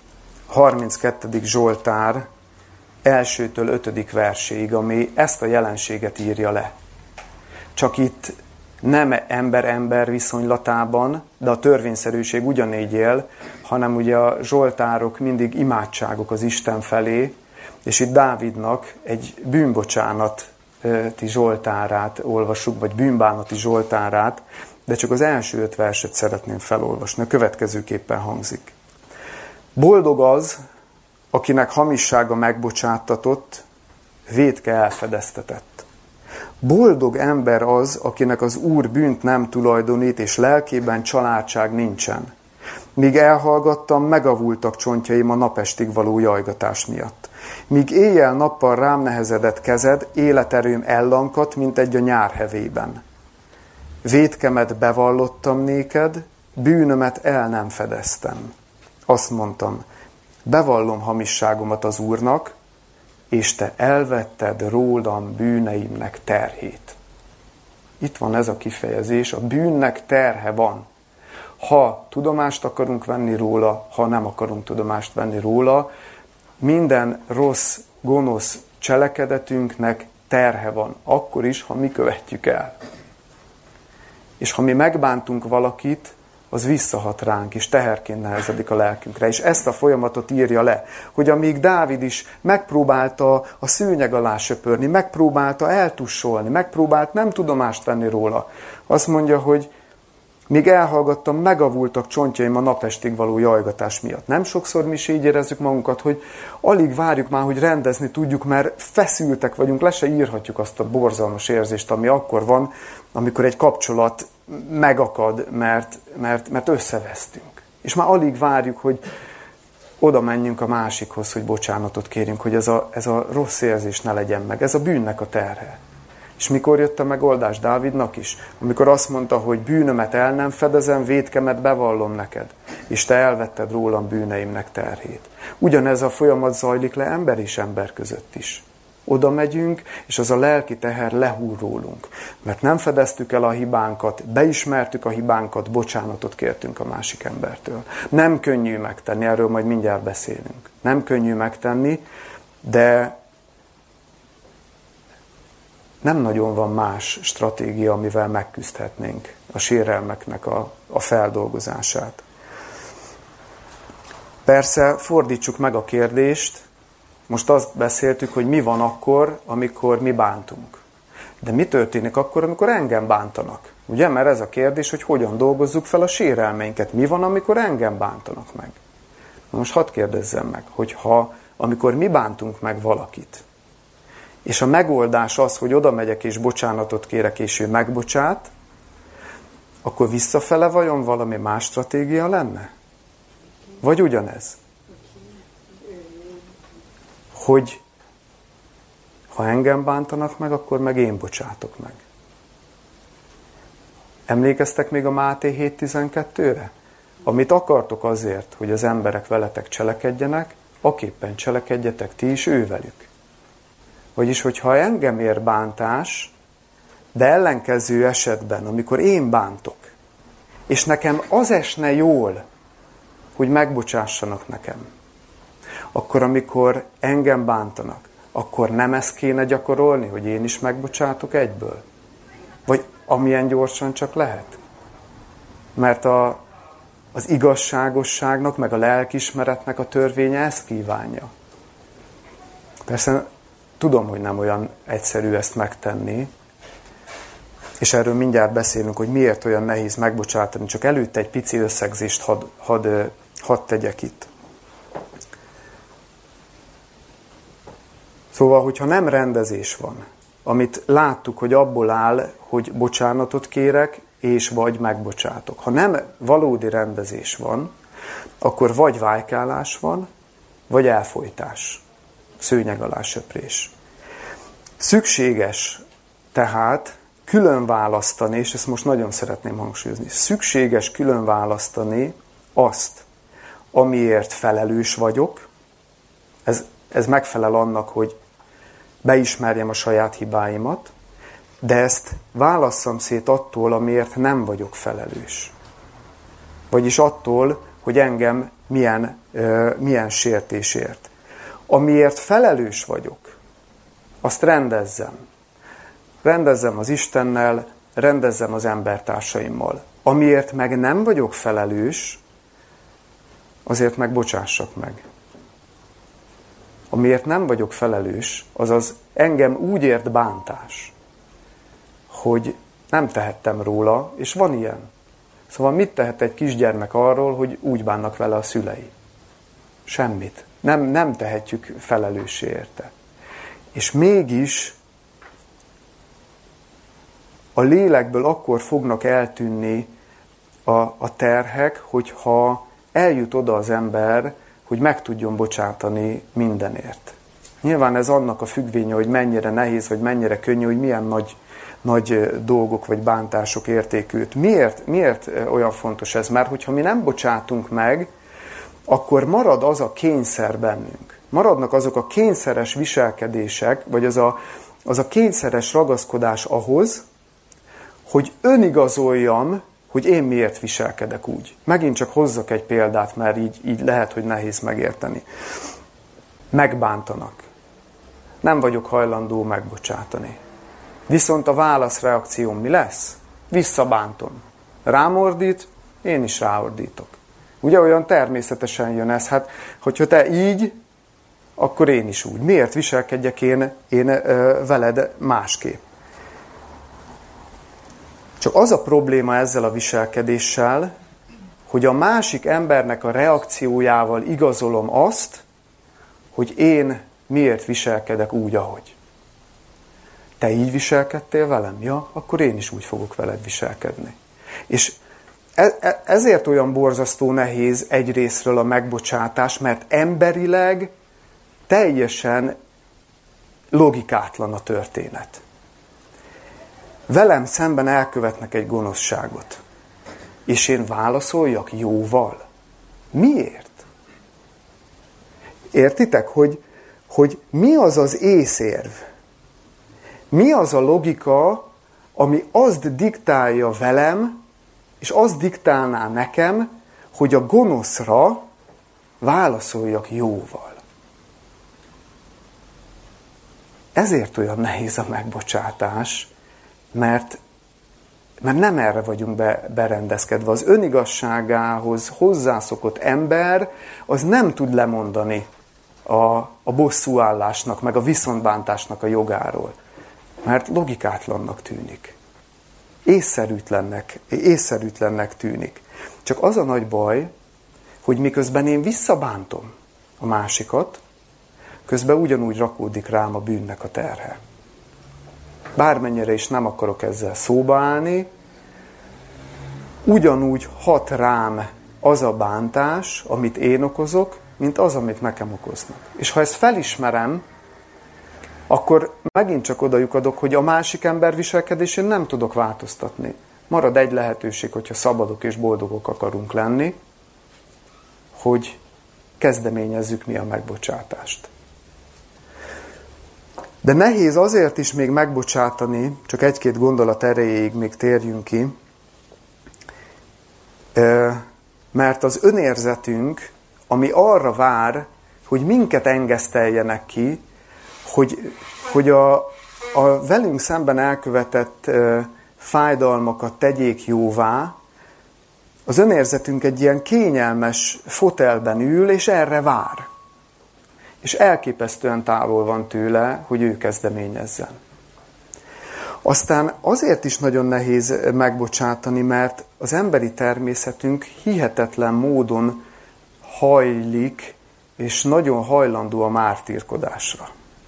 32. Zsoltár 1-től 5. verséig, ami ezt a jelenséget írja le. Csak itt nem ember-ember viszonylatában, de a törvényszerűség ugyanígy él, hanem ugye a zsoltárok mindig imádságok az Isten felé, és itt Dávidnak egy bűnbocsánati zsoltárát olvassuk, vagy bűnbánati zsoltárát, de csak az első 5 verset szeretném felolvasni. A következőképpen hangzik. Boldog az, akinek hamissága megbocsáttatott, vétke elfedeztetett. Boldog ember az, akinek az Úr bűnt nem tulajdonít, és lelkében családság nincsen. Míg elhallgattam, megavultak csontjaim a napestig való jajgatás miatt. Míg éjjel-nappal rám nehezedett kezed, életerőm ellankadt, mint egy a nyár hevében. Vétkemet bevallottam néked, bűnömet el nem fedeztem. Azt mondtam, bevallom hamisságomat az Úrnak, és te elvetted rólam bűneimnek terhét. Itt van ez a kifejezés, a bűnnek terhe van. Ha tudomást akarunk venni róla, ha nem akarunk tudomást venni róla, minden rossz, gonosz cselekedetünknek terhe van. Akkor is, ha mi követjük el. És ha mi megbántunk valakit, az visszahat ránk, és teherként nehezedik a lelkünkre. És ezt a folyamatot írja le, hogy amíg Dávid is megpróbálta a szőnyeg alá söpörni, megpróbálta eltussolni, megpróbált nem tudomást venni róla, azt mondja, hogy míg elhallgattam, megavultak csontjaim a napestig való jajgatás miatt. Nem sokszor mi is így érezzük magunkat, hogy alig várjuk már, hogy rendezni tudjuk, mert feszültek vagyunk, le se írhatjuk azt a borzalmas érzést, ami akkor van, amikor egy kapcsolat megakad, mert összevesztünk. És már alig várjuk, hogy oda menjünk a másikhoz, hogy bocsánatot kérjünk, hogy ez a rossz érzés ne legyen meg. Ez a bűnnek a terhe. És mikor jött a megoldás Dávidnak is? Amikor azt mondta, hogy bűnömet el nem fedezem, vétkemet bevallom neked, és te elvetted rólam bűneimnek terhét. Ugyanez a folyamat zajlik le ember és ember között is. Oda megyünk, és az a lelki teher lehúr rólunk. Mert nem fedeztük el a hibánkat, beismertük a hibánkat, bocsánatot kértünk a másik embertől. Nem könnyű megtenni, erről majd mindjárt beszélünk. Nem könnyű megtenni, de nem nagyon van más stratégia, amivel megküzdhetnénk a sérelmeknek a feldolgozását. Persze fordítsuk meg a kérdést, most azt beszéltük, hogy mi van akkor, amikor mi bántunk. De mi történik akkor, amikor engem bántanak? Ugye, mert ez a kérdés, hogy hogyan dolgozzuk fel a sérelmeinket. Mi van, amikor engem bántanak meg? Most hadd kérdezzem meg, hogy amikor mi bántunk meg valakit, és a megoldás az, hogy oda megyek és bocsánatot kérek, és ő megbocsát, akkor visszafele vajon valami más stratégia lenne? Vagy ugyanez? Hogy ha engem bántanak meg, akkor meg én bocsátok meg. Emlékeztek még a Máté 7.12-re? Amit akartok azért, hogy az emberek veletek cselekedjenek, aképpen cselekedjetek ti is ővelük. Vagyis, hogyha engem ér bántás, de ellenkező esetben, amikor én bántok, és nekem az esne jól, hogy megbocsássanak nekem, akkor amikor engem bántanak, akkor nem ezt kéne gyakorolni, hogy én is megbocsátok egyből? Vagy amilyen gyorsan csak lehet? Mert az igazságosságnak, meg a lelkiismeretnek a törvénye ezt kívánja. Persze tudom, hogy nem olyan egyszerű ezt megtenni, és erről mindjárt beszélünk, hogy miért olyan nehéz megbocsátani, csak előtte egy pici összegzést hadd tegyek itt. Szóval, hogyha nem rendezés van, amit láttuk, hogy abból áll, hogy bocsánatot kérek, és vagy megbocsátok. Ha nem valódi rendezés van, akkor vagy vájkálás van, vagy elfojtás, szőnyeg alá söprés. Szükséges tehát külön választani, és ezt most nagyon szeretném hangsúlyozni, szükséges külön választani azt, amiért felelős vagyok, ez megfelel annak, hogy beismerjem a saját hibáimat, de ezt válasszam szét attól, amiért nem vagyok felelős. Vagyis attól, hogy engem milyen sértés ért. Amiért felelős vagyok, azt rendezzem. Rendezzem az Istennel, rendezzem az embertársaimmal. Amiért meg nem vagyok felelős, azért meg bocsássak meg. Amiért nem vagyok felelős, azaz engem úgy ért bántás, hogy nem tehettem róla, és van ilyen. Szóval mit tehet egy kisgyermek arról, hogy úgy bánnak vele a szülei? Semmit. Nem tehetjük felelőssé érte. És mégis a lélekből akkor fognak eltűnni a terhek, hogyha eljut oda az ember, hogy meg tudjon bocsátani mindenért. Nyilván ez annak a függvénye, hogy mennyire nehéz, vagy mennyire könnyű, hogy milyen nagy dolgok vagy bántások érték őt. Miért olyan fontos ez? Mert hogyha mi nem bocsátunk meg, akkor marad az a kényszer bennünk. Maradnak azok a kényszeres viselkedések, vagy az a kényszeres ragaszkodás ahhoz, hogy önigazoljam, hogy én miért viselkedek úgy. Megint csak hozzak egy példát, mert így lehet, hogy nehéz megérteni. Megbántanak. Nem vagyok hajlandó megbocsátani. Viszont a válaszreakcióm mi lesz? Visszabántom. Rám ordít, én is ráordítok. Ugye olyan természetesen jön ez, hát hogyha te így, akkor én is úgy. Miért viselkedjek én veled másképp? Csak az a probléma ezzel a viselkedéssel, hogy a másik embernek a reakciójával igazolom azt, hogy én miért viselkedek úgy, ahogy. Te így viselkedtél velem? Ja, akkor én is úgy fogok veled viselkedni. És ezért olyan borzasztó nehéz egyrészről a megbocsátás, mert emberileg teljesen logikátlan a történet. Velem szemben elkövetnek egy gonoszságot, és én válaszoljak jóval. Miért? Értitek, hogy mi az az észérv? Mi az a logika, ami azt diktálja velem, és azt diktálná nekem, hogy a gonoszra válaszoljak jóval. Ezért olyan nehéz a megbocsátás, mert nem erre vagyunk berendezkedve. Az önigazságához hozzászokott ember, az nem tud lemondani a bosszúállásnak, meg a viszontbántásnak a jogáról. Mert logikátlannak tűnik. Észszerűtlennek tűnik. Csak az a nagy baj, hogy miközben én visszabántom a másikat, közben ugyanúgy rakódik rám a bűnnek a terhe. Bármennyire is nem akarok ezzel szóba állni, ugyanúgy hat rám az a bántás, amit én okozok, mint az, amit nekem okoznak. És ha ezt felismerem, akkor megint csak oda lyukadok, hogy a másik ember viselkedésén nem tudok változtatni. Marad egy lehetőség, hogyha szabadok és boldogok akarunk lenni, hogy kezdeményezzük mi a megbocsátást. De nehéz azért is még megbocsátani, csak egy-két gondolat erejéig még térjünk ki, mert az önérzetünk, ami arra vár, hogy minket engeszteljenek ki, hogy a velünk szemben elkövetett fájdalmakat tegyék jóvá, az önérzetünk egy ilyen kényelmes fotelben ül, és erre vár. És elképesztően távol van tőle, hogy ő kezdeményezzen. Aztán azért is nagyon nehéz megbocsátani, mert az emberi természetünk hihetetlen módon hajlik, és nagyon hajlandó a mártírkodásra.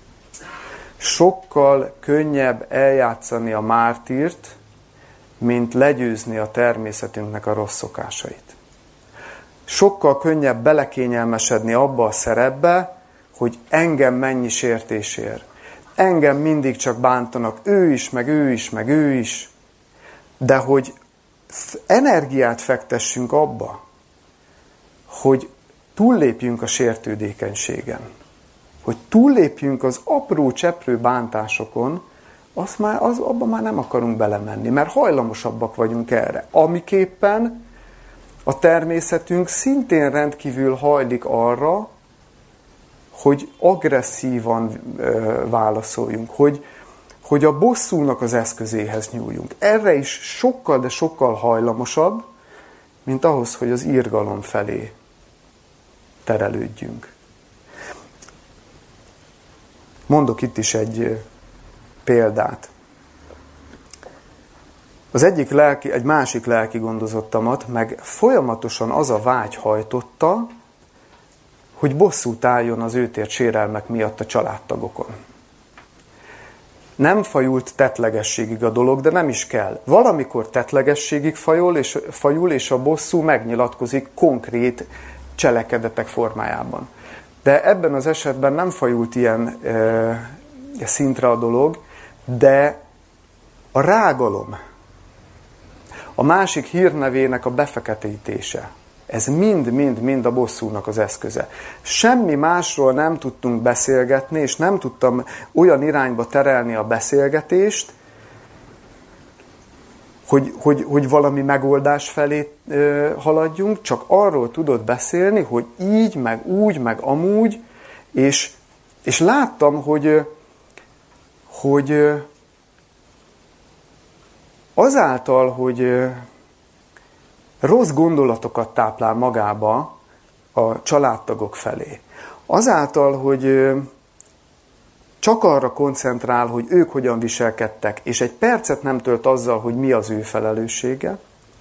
Sokkal könnyebb eljátszani a mártírt, mint legyőzni a természetünknek a rossz szokásait. Sokkal könnyebb belekényelmesedni abba a szerepbe, hogy engem mennyi sértés ér. Engem mindig csak bántanak, ő is, meg ő is, meg ő is. De hogy energiát fektessünk abba, hogy túllépjünk a sértődékenységen, hogy túllépjünk az apró cseprő bántásokon, abban már nem akarunk belemenni, mert hajlamosabbak vagyunk erre. Amiképpen a természetünk szintén rendkívül hajlik arra, hogy agresszívan válaszoljunk, hogy a bosszúnak az eszközéhez nyúljunk. Erre is sokkal, de sokkal hajlamosabb, mint ahhoz, hogy az irgalom felé terelődjünk. Mondok itt is egy példát. Egy másik lelki gondozottamat meg folyamatosan az a vágy hajtotta, hogy bosszút álljon az őt ért sérelmek miatt a családtagokon. Nem fajult tettlegességig a dolog, de nem is kell. Valamikor tettlegességig fajul, és a bosszú megnyilatkozik konkrét cselekedetek formájában. De ebben az esetben nem fajult ilyen szintre a dolog, de a rágalom, a másik hírnevének a befeketítése, ez mind a bosszúnak az eszköze. Semmi másról nem tudtunk beszélgetni, és nem tudtam olyan irányba terelni a beszélgetést, hogy valami megoldás felé haladjunk, csak arról tudott beszélni, hogy így, meg úgy, meg amúgy, és láttam, hogy azáltal, hogy rossz gondolatokat táplál magába a családtagok felé, azáltal, hogy csak arra koncentrál, hogy ők hogyan viselkedtek, és egy percet nem tölt azzal, hogy mi az ő felelőssége,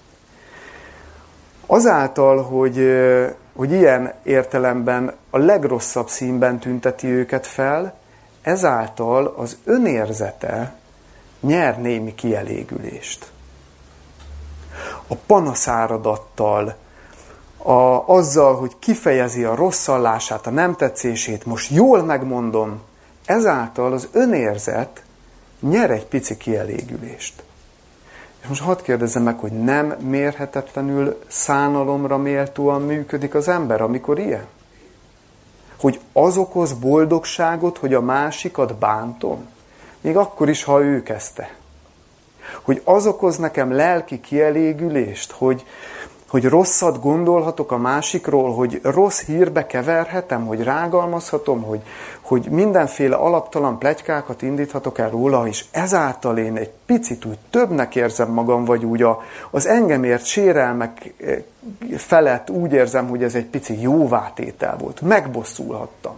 azáltal, hogy ilyen értelemben a legrosszabb színben tünteti őket fel, ezáltal az önérzete nyer némi kielégülést. a panaszáradattal, azzal, hogy kifejezi a rosszallását, a nem tetszését, most jól megmondom, ezáltal az önérzet nyer egy pici kielégülést. És most hadd kérdezzem meg, hogy nem mérhetetlenül szánalomra méltóan működik az ember, amikor ilyen? Hogy az okoz boldogságot, hogy a másikat bántom? Még akkor is, ha ő kezdte. Hogy az okoz nekem lelki kielégülést, hogy rosszat gondolhatok a másikról, hogy rossz hírbe keverhetem, hogy rágalmazhatom, hogy mindenféle alaptalan pletykákat indíthatok el róla, és ezáltal én egy picit úgy többnek érzem magam, vagy úgy az engem ért sérelmek felett úgy érzem, hogy ez egy pici jóvátétel volt. Megbosszulhattam.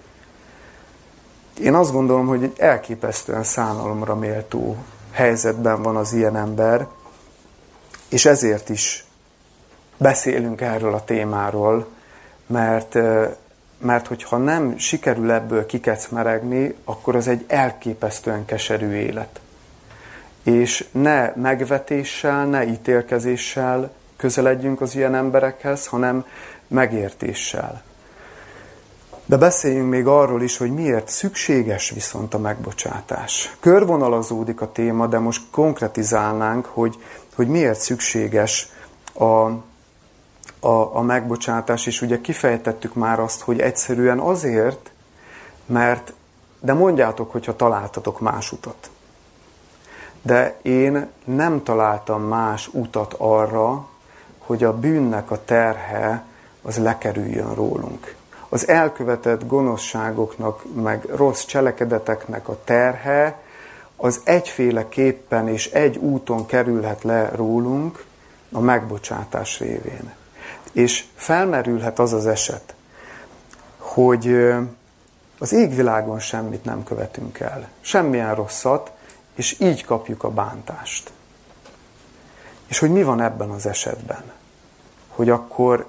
Én azt gondolom, hogy egy elképesztően szánalomra méltó helyzetben van az ilyen ember, és ezért is beszélünk erről a témáról, mert hogyha nem sikerül ebből kikecmeregni, akkor az egy elképesztően keserű élet. És ne megvetéssel, ne ítélkezéssel közeledjünk az ilyen emberekhez, hanem megértéssel. De beszéljünk még arról is, hogy miért szükséges viszont a megbocsátás. Körvonalazódik a téma, de most konkretizálnánk, hogy miért szükséges a megbocsátás, és ugye kifejtettük már azt, hogy egyszerűen azért, de mondjátok, hogyha találtatok más utat. De én nem találtam más utat arra, hogy a bűnnek a terhe az lekerüljön rólunk. Az elkövetett gonoszságoknak, meg rossz cselekedeteknek a terhe az egyféleképpen és egy úton kerülhet le rólunk, a megbocsátás révén. És felmerülhet az az eset, hogy az égvilágon semmit nem követünk el, semmilyen rosszat, és így kapjuk a bántást. És hogy mi van ebben az esetben? Hogy akkor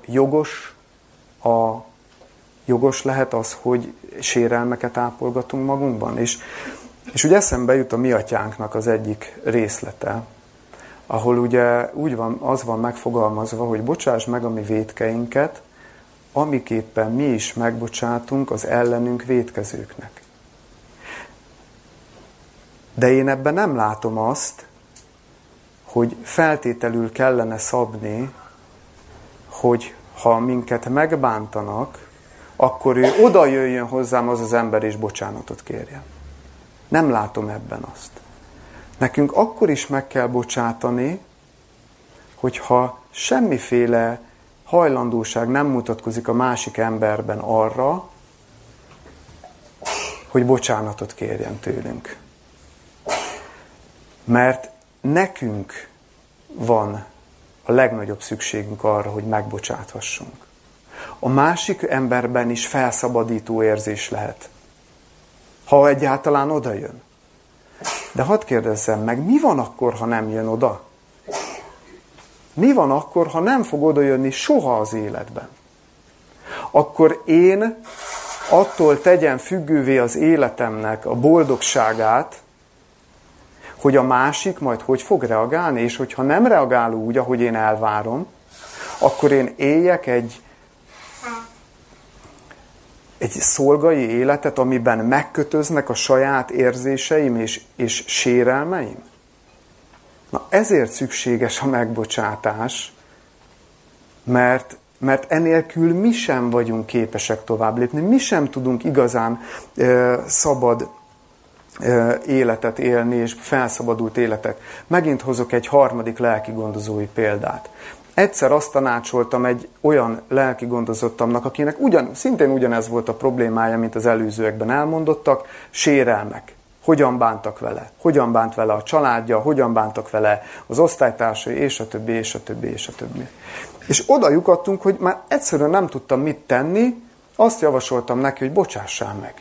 jogos lehet az, hogy sérelmeket ápolgatunk magunkban? És ugye eszembe jut a Mi Atyánknak az egyik részlete, ahol ugye az van megfogalmazva, hogy bocsáss meg a mi vétkeinket, amiképpen mi is megbocsátunk az ellenünk vétkezőknek. De én ebben nem látom azt, hogy feltételül kellene szabni, hogy ha minket megbántanak, akkor ő oda jöjjön hozzám az az ember és bocsánatot kérjen. Nem látom ebben azt. Nekünk akkor is meg kell bocsátani, hogyha semmiféle hajlandóság nem mutatkozik a másik emberben arra, hogy bocsánatot kérjen tőlünk. Mert nekünk van a legnagyobb szükségünk arra, hogy megbocsáthassunk. A másik emberben is felszabadító érzés lehet, ha egyáltalán oda jön. De hadd kérdezzem meg, mi van akkor, ha nem jön oda? Mi van akkor, ha nem fog oda jönni soha az életben? Akkor én attól tegyem függővé az életemnek a boldogságát, hogy a másik majd hogy fog reagálni, és hogyha nem reagál úgy, ahogy én elvárom, akkor én éljek egy szolgai életet, amiben megkötöznek a saját érzéseim és sérelmeim? Na ezért szükséges a megbocsátás, mert enélkül mi sem vagyunk képesek tovább lépni, mi sem tudunk igazán szabad életet élni, és felszabadult életet. Megint hozok egy harmadik lelkigondozói példát. Egyszer azt tanácsoltam egy olyan lelkigondozottamnak, akinek szintén ugyanez volt a problémája, mint az előzőekben elmondottak, sérelmek. Hogyan bántak vele? Hogyan bánt vele a családja? Hogyan bántak vele az osztálytársai? És a többi, és a többi, és a többi. És oda lyukadtunk, hogy már egyszerűen nem tudtam mit tenni, azt javasoltam neki, hogy bocsássál meg.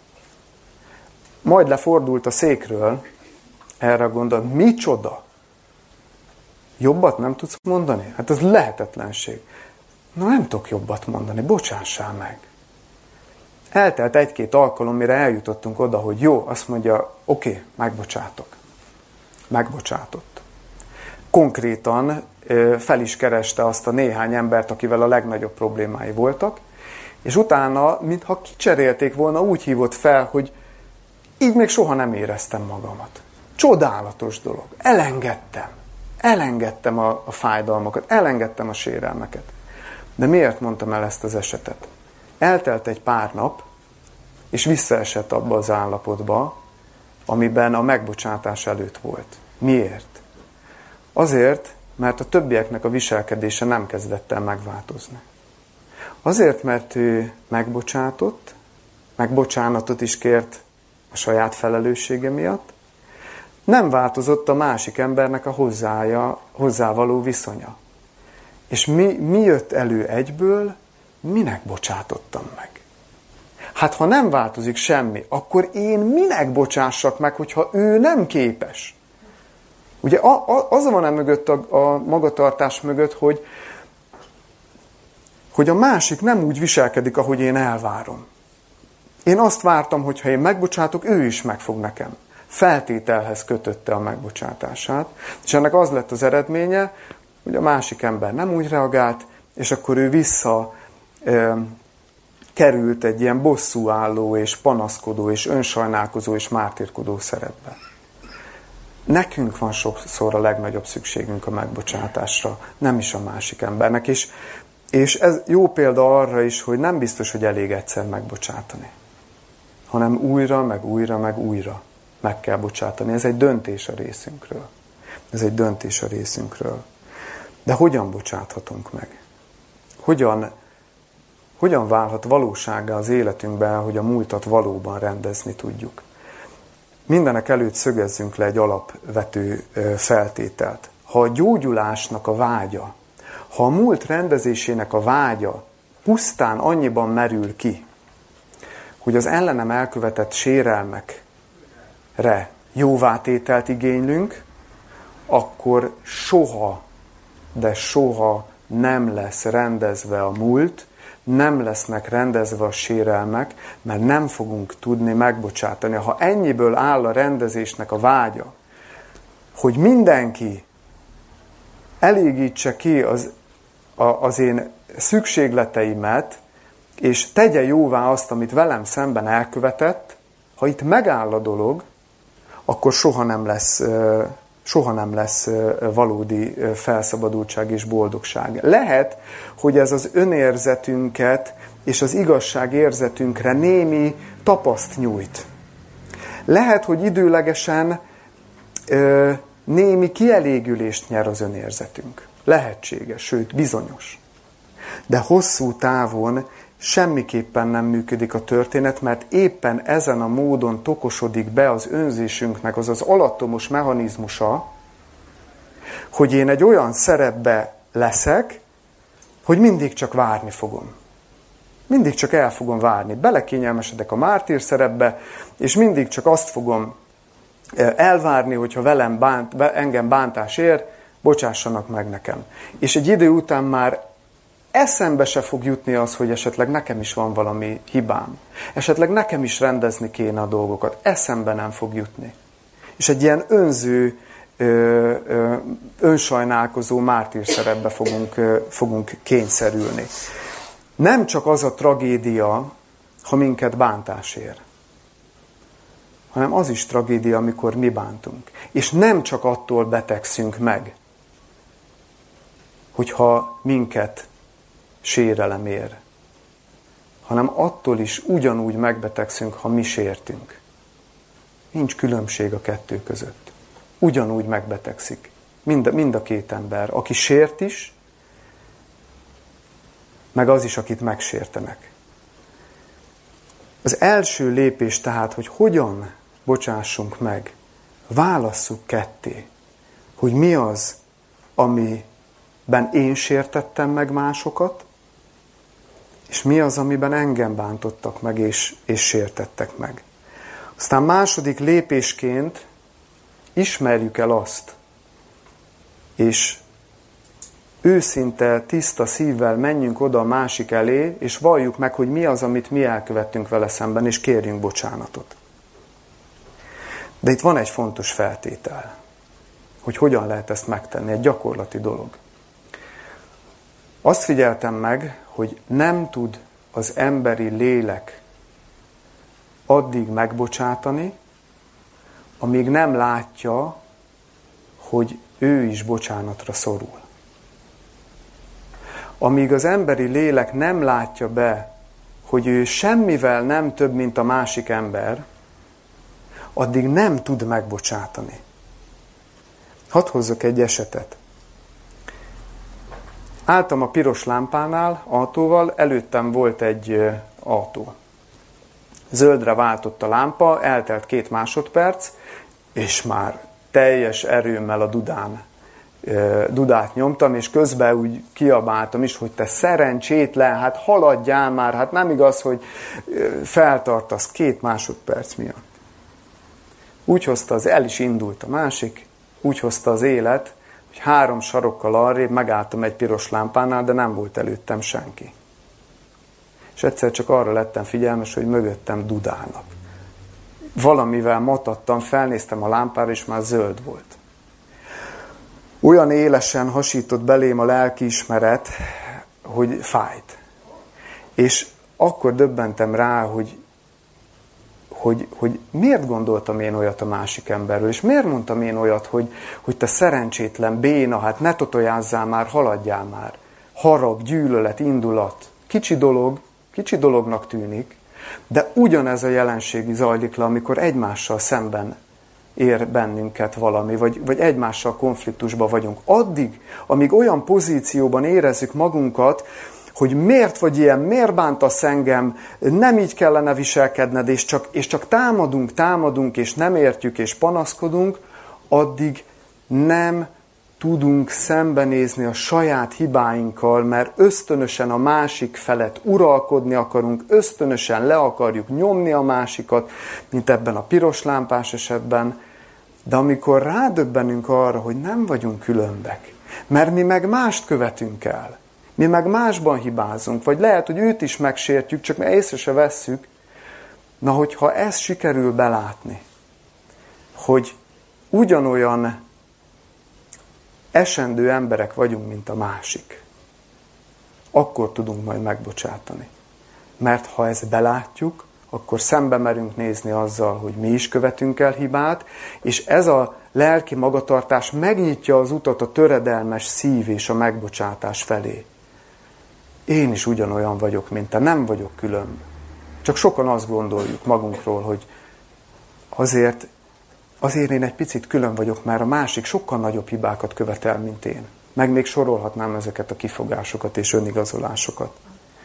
Majd lefordult a székről, erre gondolt, micsoda? Jobbat nem tudsz mondani? Hát ez lehetetlenség. Na nem tudok jobbat mondani, bocsássál meg. Eltelt 1-2 alkalom, mire eljutottunk oda, hogy jó, azt mondja, oké, megbocsátok. Megbocsátott. Konkrétan fel is kereste azt a néhány embert, akivel a legnagyobb problémái voltak, és utána, mintha kicserélték volna, úgy hívott fel, hogy így még soha nem éreztem magamat. Csodálatos dolog. Elengedtem a fájdalmakat, elengedtem a sérelmeket. De miért mondtam el ezt az esetet? Eltelt egy pár nap, és visszaesett abba az állapotba, amiben a megbocsátás előtt volt. Miért? Azért, mert a többieknek a viselkedése nem kezdett el megváltozni. Azért, mert ő megbocsátott, meg bocsánatot is kért a saját felelőssége miatt, nem változott a másik embernek a hozzávaló viszonya. És mi jött elő egyből? Minek bocsátottam meg? Hát ha nem változik semmi, akkor én minek bocsássak meg, hogyha ő nem képes? Ugye az van mögött a magatartás mögött, hogy a másik nem úgy viselkedik, ahogy én elvárom. Én azt vártam, hogy ha én megbocsátok, ő is megfog nekem. Feltételhez kötötte a megbocsátását, és ennek az lett az eredménye, hogy a másik ember nem úgy reagált, és akkor ő vissza került egy ilyen bosszúálló, és panaszkodó, és önsajnálkozó, és mártírkodó szerepbe. Nekünk van sokszor a legnagyobb szükségünk a megbocsátásra, nem is a másik embernek. És ez jó példa arra is, hogy nem biztos, hogy elég egyszer megbocsátani, hanem újra, meg újra, meg újra meg kell bocsátani. Ez egy döntés a részünkről. De hogyan bocsáthatunk meg? Hogyan válhat valósággá az életünkben, hogy a múltat valóban rendezni tudjuk? Mindenek előtt szögezzünk le egy alapvető feltételt. Ha a gyógyulásnak a vágya, ha a múlt rendezésének a vágya pusztán annyiban merül ki, hogy az ellenem elkövetett sérelmekre jóvátételt igénylünk, akkor soha, de soha nem lesz rendezve a múlt, nem lesznek rendezve a sérelmek, mert nem fogunk tudni megbocsátani. Ha ennyiből áll a rendezésnek a vágya, hogy mindenki elégítse ki az én szükségleteimet, és tegye jóvá azt, amit velem szemben elkövetett, ha itt megáll a dolog, akkor soha nem lesz valódi felszabadultság és boldogság. Lehet, hogy ez az önérzetünket és az igazságérzetünkre némi tapaszt nyújt. Lehet, hogy időlegesen némi kielégülést nyer az önérzetünk. Lehetséges, sőt bizonyos. De hosszú távon semmiképpen nem működik a történet, mert éppen ezen a módon tokosodik be az önzésünknek az alattomos mechanizmusa, hogy én egy olyan szerepbe leszek, hogy mindig csak várni fogom. Mindig csak el fogom várni. Belekényelmesedek a mártír szerepbe, és mindig csak azt fogom elvárni, hogyha engem bántás ér, bocsássanak meg nekem. És egy idő után már eszembe se fog jutni az, hogy esetleg nekem is van valami hibám. Esetleg nekem is rendezni kéne a dolgokat. Eszembe nem fog jutni. És egy ilyen önző, önsajnálkozó mártír szerepbe fogunk kényszerülni. Nem csak az a tragédia, ha minket bántás ér, hanem az is tragédia, amikor mi bántunk. És nem csak attól betegszünk meg, hogyha minket sérelem ér, hanem attól is ugyanúgy megbetegszünk, ha mi sértünk. Nincs különbség a kettő között. Ugyanúgy megbetegszik. Mind a két ember, aki sért is, meg az is, akit megsértenek. Az első lépés tehát, hogy hogyan bocsássunk meg, válasszuk ketté, hogy mi az, amiben én sértettem meg másokat, és mi az, amiben engem bántottak meg, és sértettek meg. Aztán második lépésként ismerjük el azt, és őszinte, tiszta szívvel menjünk oda a másik elé, és valljuk meg, hogy mi az, amit mi elkövettünk vele szemben, és kérjünk bocsánatot. De itt van egy fontos feltétel, hogy hogyan lehet ezt megtenni, egy gyakorlati dolog. Azt figyeltem meg, hogy nem tud az emberi lélek addig megbocsátani, amíg nem látja, hogy ő is bocsánatra szorul. Amíg az emberi lélek nem látja be, hogy ő semmivel nem több, mint a másik ember, addig nem tud megbocsátani. Hadd hozzak egy esetet. Álltam a piros lámpánál autóval, előttem volt egy autó. Zöldre váltott a lámpa, eltelt 2 másodperc, és már teljes erőmmel a dudát nyomtam, és közben úgy kiabáltam is, hogy te szerencsétlen, hát haladjál már, hát nem igaz, hogy feltartasz 2 másodperc miatt. Úgy hozta el is indult a másik, úgy hozta az élet, hogy 3 sarokkal arrébb megálltam egy piros lámpánál, de nem volt előttem senki. És egyszer csak arra lettem figyelmes, hogy mögöttem dudálnak. Valamivel matadtam, felnéztem a lámpára, és már zöld volt. Olyan élesen hasított belém a lelkiismeret, hogy fájt. És akkor döbbentem rá, hogy miért gondoltam én olyat a másik emberről, és miért mondtam én olyat, hogy te szerencsétlen, béna, hát ne totojázzál már, haladjál már. Harag, gyűlölet, indulat. Kicsi dolognak tűnik, de ugyanez a jelenség zajlik le, amikor egymással szemben ér bennünket valami, vagy egymással konfliktusban vagyunk. Addig, amíg olyan pozícióban érezzük magunkat, hogy miért vagy ilyen, miért bántasz engem, nem így kellene viselkedned, és csak támadunk, és nem értjük, és panaszkodunk, addig nem tudunk szembenézni a saját hibáinkkal, mert ösztönösen a másik felett uralkodni akarunk, ösztönösen le akarjuk nyomni a másikat, mint ebben a piros lámpás esetben, de amikor rádöbbenünk arra, hogy nem vagyunk különbek, mert mi meg mást követünk el, mi meg másban hibázunk, vagy lehet, hogy őt is megsértjük, csak mi észre se vesszük, na hogyha ezt sikerül belátni, hogy ugyanolyan esendő emberek vagyunk, mint a másik, akkor tudunk majd megbocsátani. Mert ha ezt belátjuk, akkor szembe merünk nézni azzal, hogy mi is követünk el hibát, és ez a lelki magatartás megnyitja az utat a töredelmes szív és a megbocsátás felé. Én is ugyanolyan vagyok, mint te, nem vagyok külön. Csak sokan azt gondoljuk magunkról, hogy azért én egy picit külön vagyok, mert a másik sokkal nagyobb hibákat követel, mint én. Meg még sorolhatnám ezeket a kifogásokat és önigazolásokat.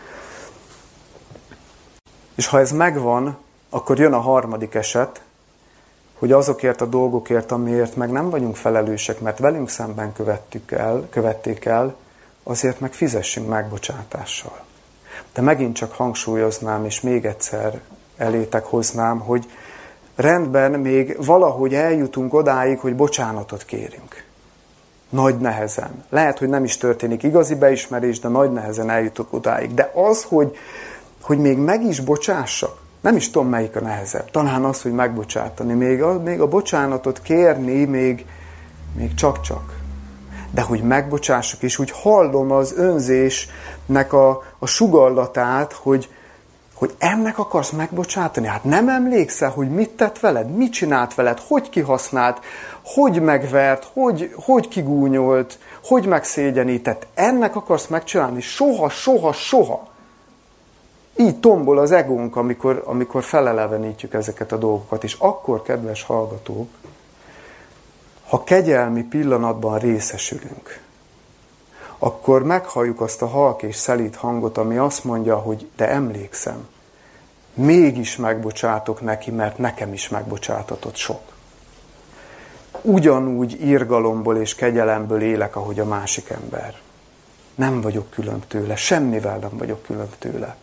És ha ez megvan, akkor jön a harmadik eset, hogy azokért a dolgokért, amiért meg nem vagyunk felelősek, mert velünk szemben követték el, azért meg fizessünk megbocsátással. De megint csak hangsúlyoznám, és még egyszer elétek hoznám, hogy rendben még valahogy eljutunk odáig, hogy bocsánatot kérünk. Nagy nehezen. Lehet, hogy nem is történik igazi beismerés, de nagy nehezen eljutok odáig. De az, hogy még meg is bocsássak, nem is tudom, melyik a nehezebb. Talán az, hogy megbocsátani. Még a bocsánatot kérni, még csak-csak. De hogy megbocsássak, és úgy hallom az önzésnek a sugallatát, hogy ennek akarsz megbocsátani? Hát nem emlékszel, hogy mit tett veled, mit csinált veled, hogy kihasznált, hogy megvert, hogy kigúnyolt, hogy megszégyenített. Ennek akarsz megcsinálni? Soha. Így tombol az egónk, amikor felelevenítjük ezeket a dolgokat. És akkor, kedves hallgatók, ha kegyelmi pillanatban részesülünk, akkor meghalljuk azt a halk és szelíd hangot, ami azt mondja, hogy de emlékszem, mégis megbocsátok neki, mert nekem is megbocsátatott sok. Ugyanúgy irgalomból és kegyelemből élek, ahogy a másik ember. Nem vagyok külön tőle, semmivel nem vagyok külön tőle.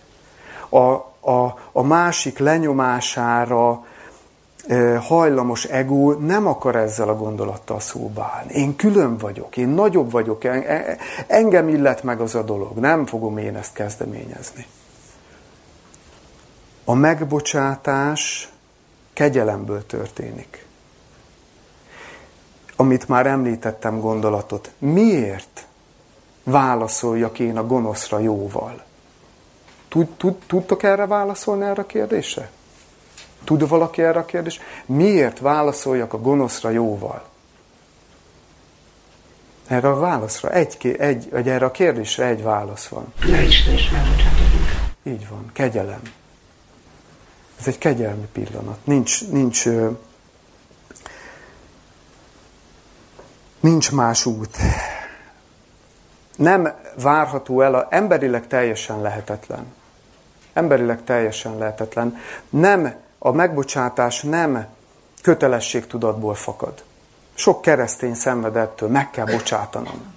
A másik lenyomására hajlamos ego nem akar ezzel a gondolattal szóba állni. Én külön vagyok, én nagyobb vagyok, engem illet meg az a dolog, nem fogom én ezt kezdeményezni. A megbocsátás kegyelemből történik. Amit már említettem gondolatot. Miért válaszoljak én a gonoszra jóval? Tudtok erre válaszolni, erre a kérdésre? Tud valaki erre a kérdésre? Miért válaszoljak a gonoszra jóval? Erre a válaszra, erre a kérdésre egy válasz van. Mert Isten is megbocsátott. Így van, kegyelem. Ez egy kegyelmi pillanat. Nincs más út. Nem várható el, emberileg teljesen lehetetlen. Emberileg teljesen lehetetlen. A megbocsátás nem kötelességtudatból fakad. Sok keresztény szenved ettől, meg kell bocsátanom.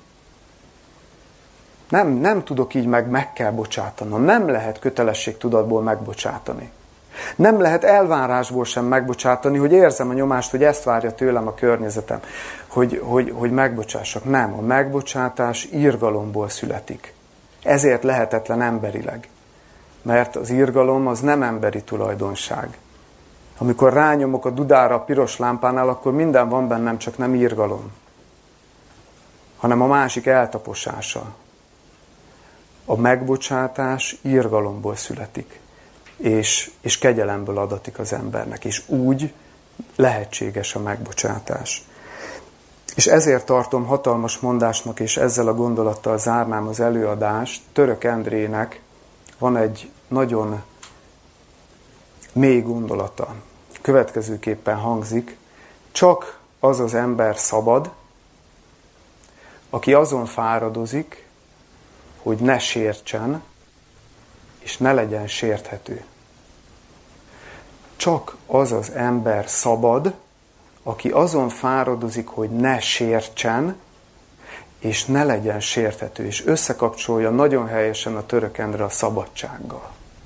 Nem tudok így meg kell bocsátanom. Nem lehet kötelességtudatból megbocsátani. Nem lehet elvárásból sem megbocsátani, hogy érzem a nyomást, hogy ezt várja tőlem a környezetem, hogy megbocsássak. Nem, a megbocsátás irgalomból születik. Ezért lehetetlen emberileg. Mert az irgalom az nem emberi tulajdonság. Amikor rányomok a dudára a piros lámpánál, akkor minden van bennem, csak nem irgalom, hanem a másik eltaposása. A megbocsátás irgalomból születik, és kegyelemből adatik az embernek, és úgy lehetséges a megbocsátás. És ezért tartom hatalmas mondásnak, és ezzel a gondolattal zárnám az előadást. Török Endrének van egy nagyon mély gondolata. Következőképpen hangzik: csak az az ember szabad, aki azon fáradozik, hogy ne sértsen, és ne legyen sérthető. Csak az az ember szabad, aki azon fáradozik, hogy ne sértsen, és ne legyen sérthető. És összekapcsolja nagyon helyesen a Török Endre a szabadsággal.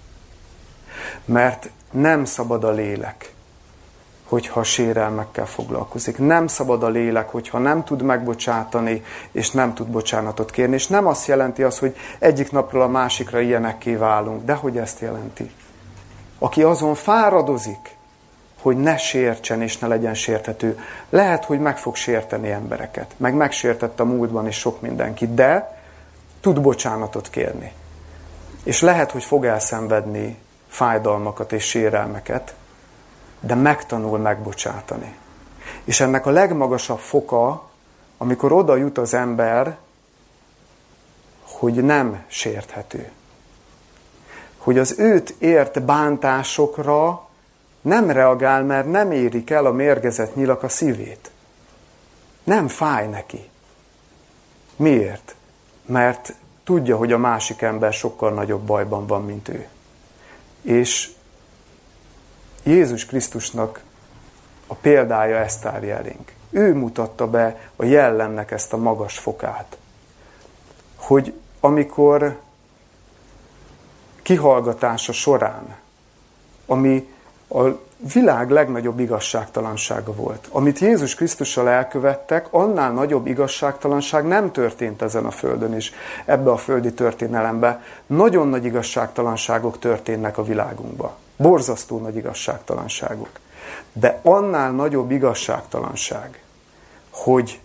Mert nem szabad a lélek, hogyha a sérelmekkel foglalkozik. Nem szabad a lélek, hogyha nem tud megbocsátani, és nem tud bocsánatot kérni. És nem azt jelenti az, hogy egyik napról a másikra ilyenekké válunk. De hogy ezt jelenti? Aki azon fáradozik, hogy ne sértsen és ne legyen sérthető. Lehet, hogy meg fog sérteni embereket. Megsértett a múltban is sok mindenkit, de tud bocsánatot kérni. És lehet, hogy fog elszenvedni fájdalmakat és sérelmeket, de megtanul megbocsátani. És ennek a legmagasabb foka, amikor oda jut az ember, hogy nem sérthető. Hogy az őt ért bántásokra nem reagál, mert nem érik el a mérgezett nyilak a szívét. Nem fáj neki. Miért? Mert tudja, hogy a másik ember sokkal nagyobb bajban van, mint ő. És Jézus Krisztusnak a példája ezt tárja elénk. Ő mutatta be a jellemnek ezt a magas fokát. Hogy amikor kihallgatása során, ami a világ legnagyobb igazságtalansága volt, amit Jézus Krisztussal elkövettek, annál nagyobb igazságtalanság nem történt ezen a földön is, ebbe a földi történelembe. Nagyon nagy igazságtalanságok történnek a világunkban. Borzasztó nagy igazságtalanságok. De annál nagyobb igazságtalanság, hogy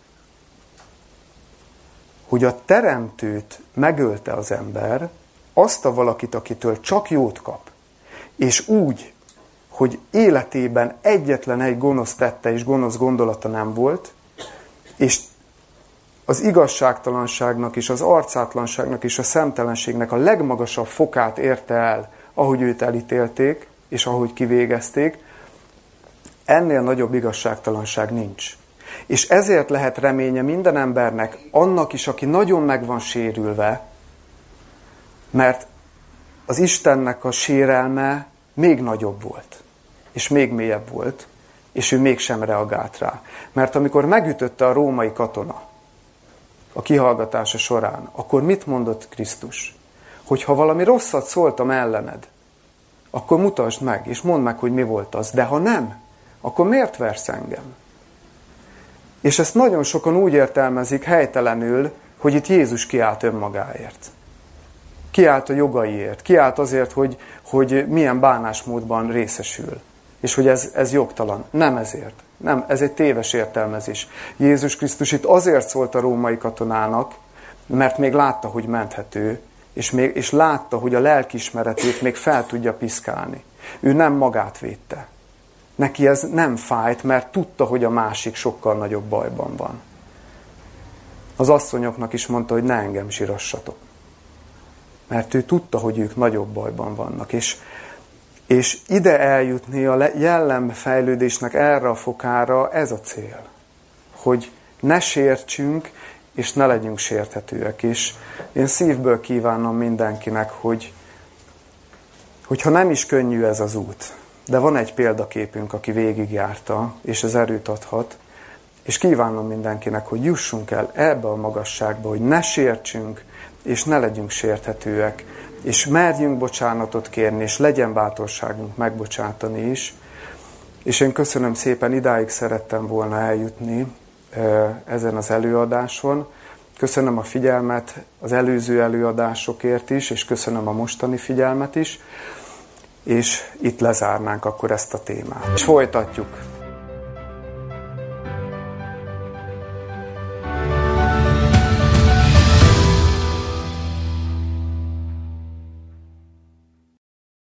a teremtőt megölte az ember, azt a valakit, akitől csak jót kap, és úgy, hogy életében egyetlen egy gonosz tette és gonosz gondolata nem volt, és az igazságtalanságnak és az arcátlanságnak és a szemtelenségnek a legmagasabb fokát érte el, ahogy őt elítélték, és ahogy kivégezték, ennél nagyobb igazságtalanság nincs. És ezért lehet reménye minden embernek, annak is, aki nagyon meg van sérülve, mert az Istennek a sérelme még nagyobb volt, és még mélyebb volt, és ő mégsem reagált rá. Mert amikor megütötte a római katona a kihallgatása során, akkor mit mondott Krisztus? Hogy ha valami rosszat szóltam ellened, akkor mutasd meg, és mondd meg, hogy mi volt az. De ha nem, akkor miért versz engem? És ezt nagyon sokan úgy értelmezik helytelenül, hogy itt Jézus kiállt önmagáért. Kiállt a jogaiért. Kiállt azért, hogy milyen bánásmódban részesül. És hogy ez jogtalan. Nem ezért. Nem, ez egy téves értelmezés. Jézus Krisztus itt azért szólt a római katonának, mert még látta, hogy menthető, és látta, hogy a lelkiismeretét még fel tudja piszkálni. Ő nem magát védte. Neki ez nem fájt, mert tudta, hogy a másik sokkal nagyobb bajban van. Az asszonyoknak is mondta, hogy ne engem zsírassatok. Mert ő tudta, hogy ők nagyobb bajban vannak. És ide eljutni a jellemfejlődésnek erre a fokára, ez a cél. Hogy ne sértsünk, és ne legyünk sérthetőek. És én szívből kívánom mindenkinek, hogyha nem is könnyű ez az út, de van egy példaképünk, aki végigjárta, és ez erőt adhat, és kívánom mindenkinek, hogy jussunk el ebbe a magasságba, hogy ne sértsünk, és ne legyünk sérthetőek, és merjünk bocsánatot kérni, és legyen bátorságunk megbocsátani is. És én köszönöm szépen, idáig szerettem volna eljutni ezen az előadáson. Köszönöm a figyelmet az előző előadásokért is, és köszönöm a mostani figyelmet is, és itt lezárnánk akkor ezt a témát. És folytatjuk.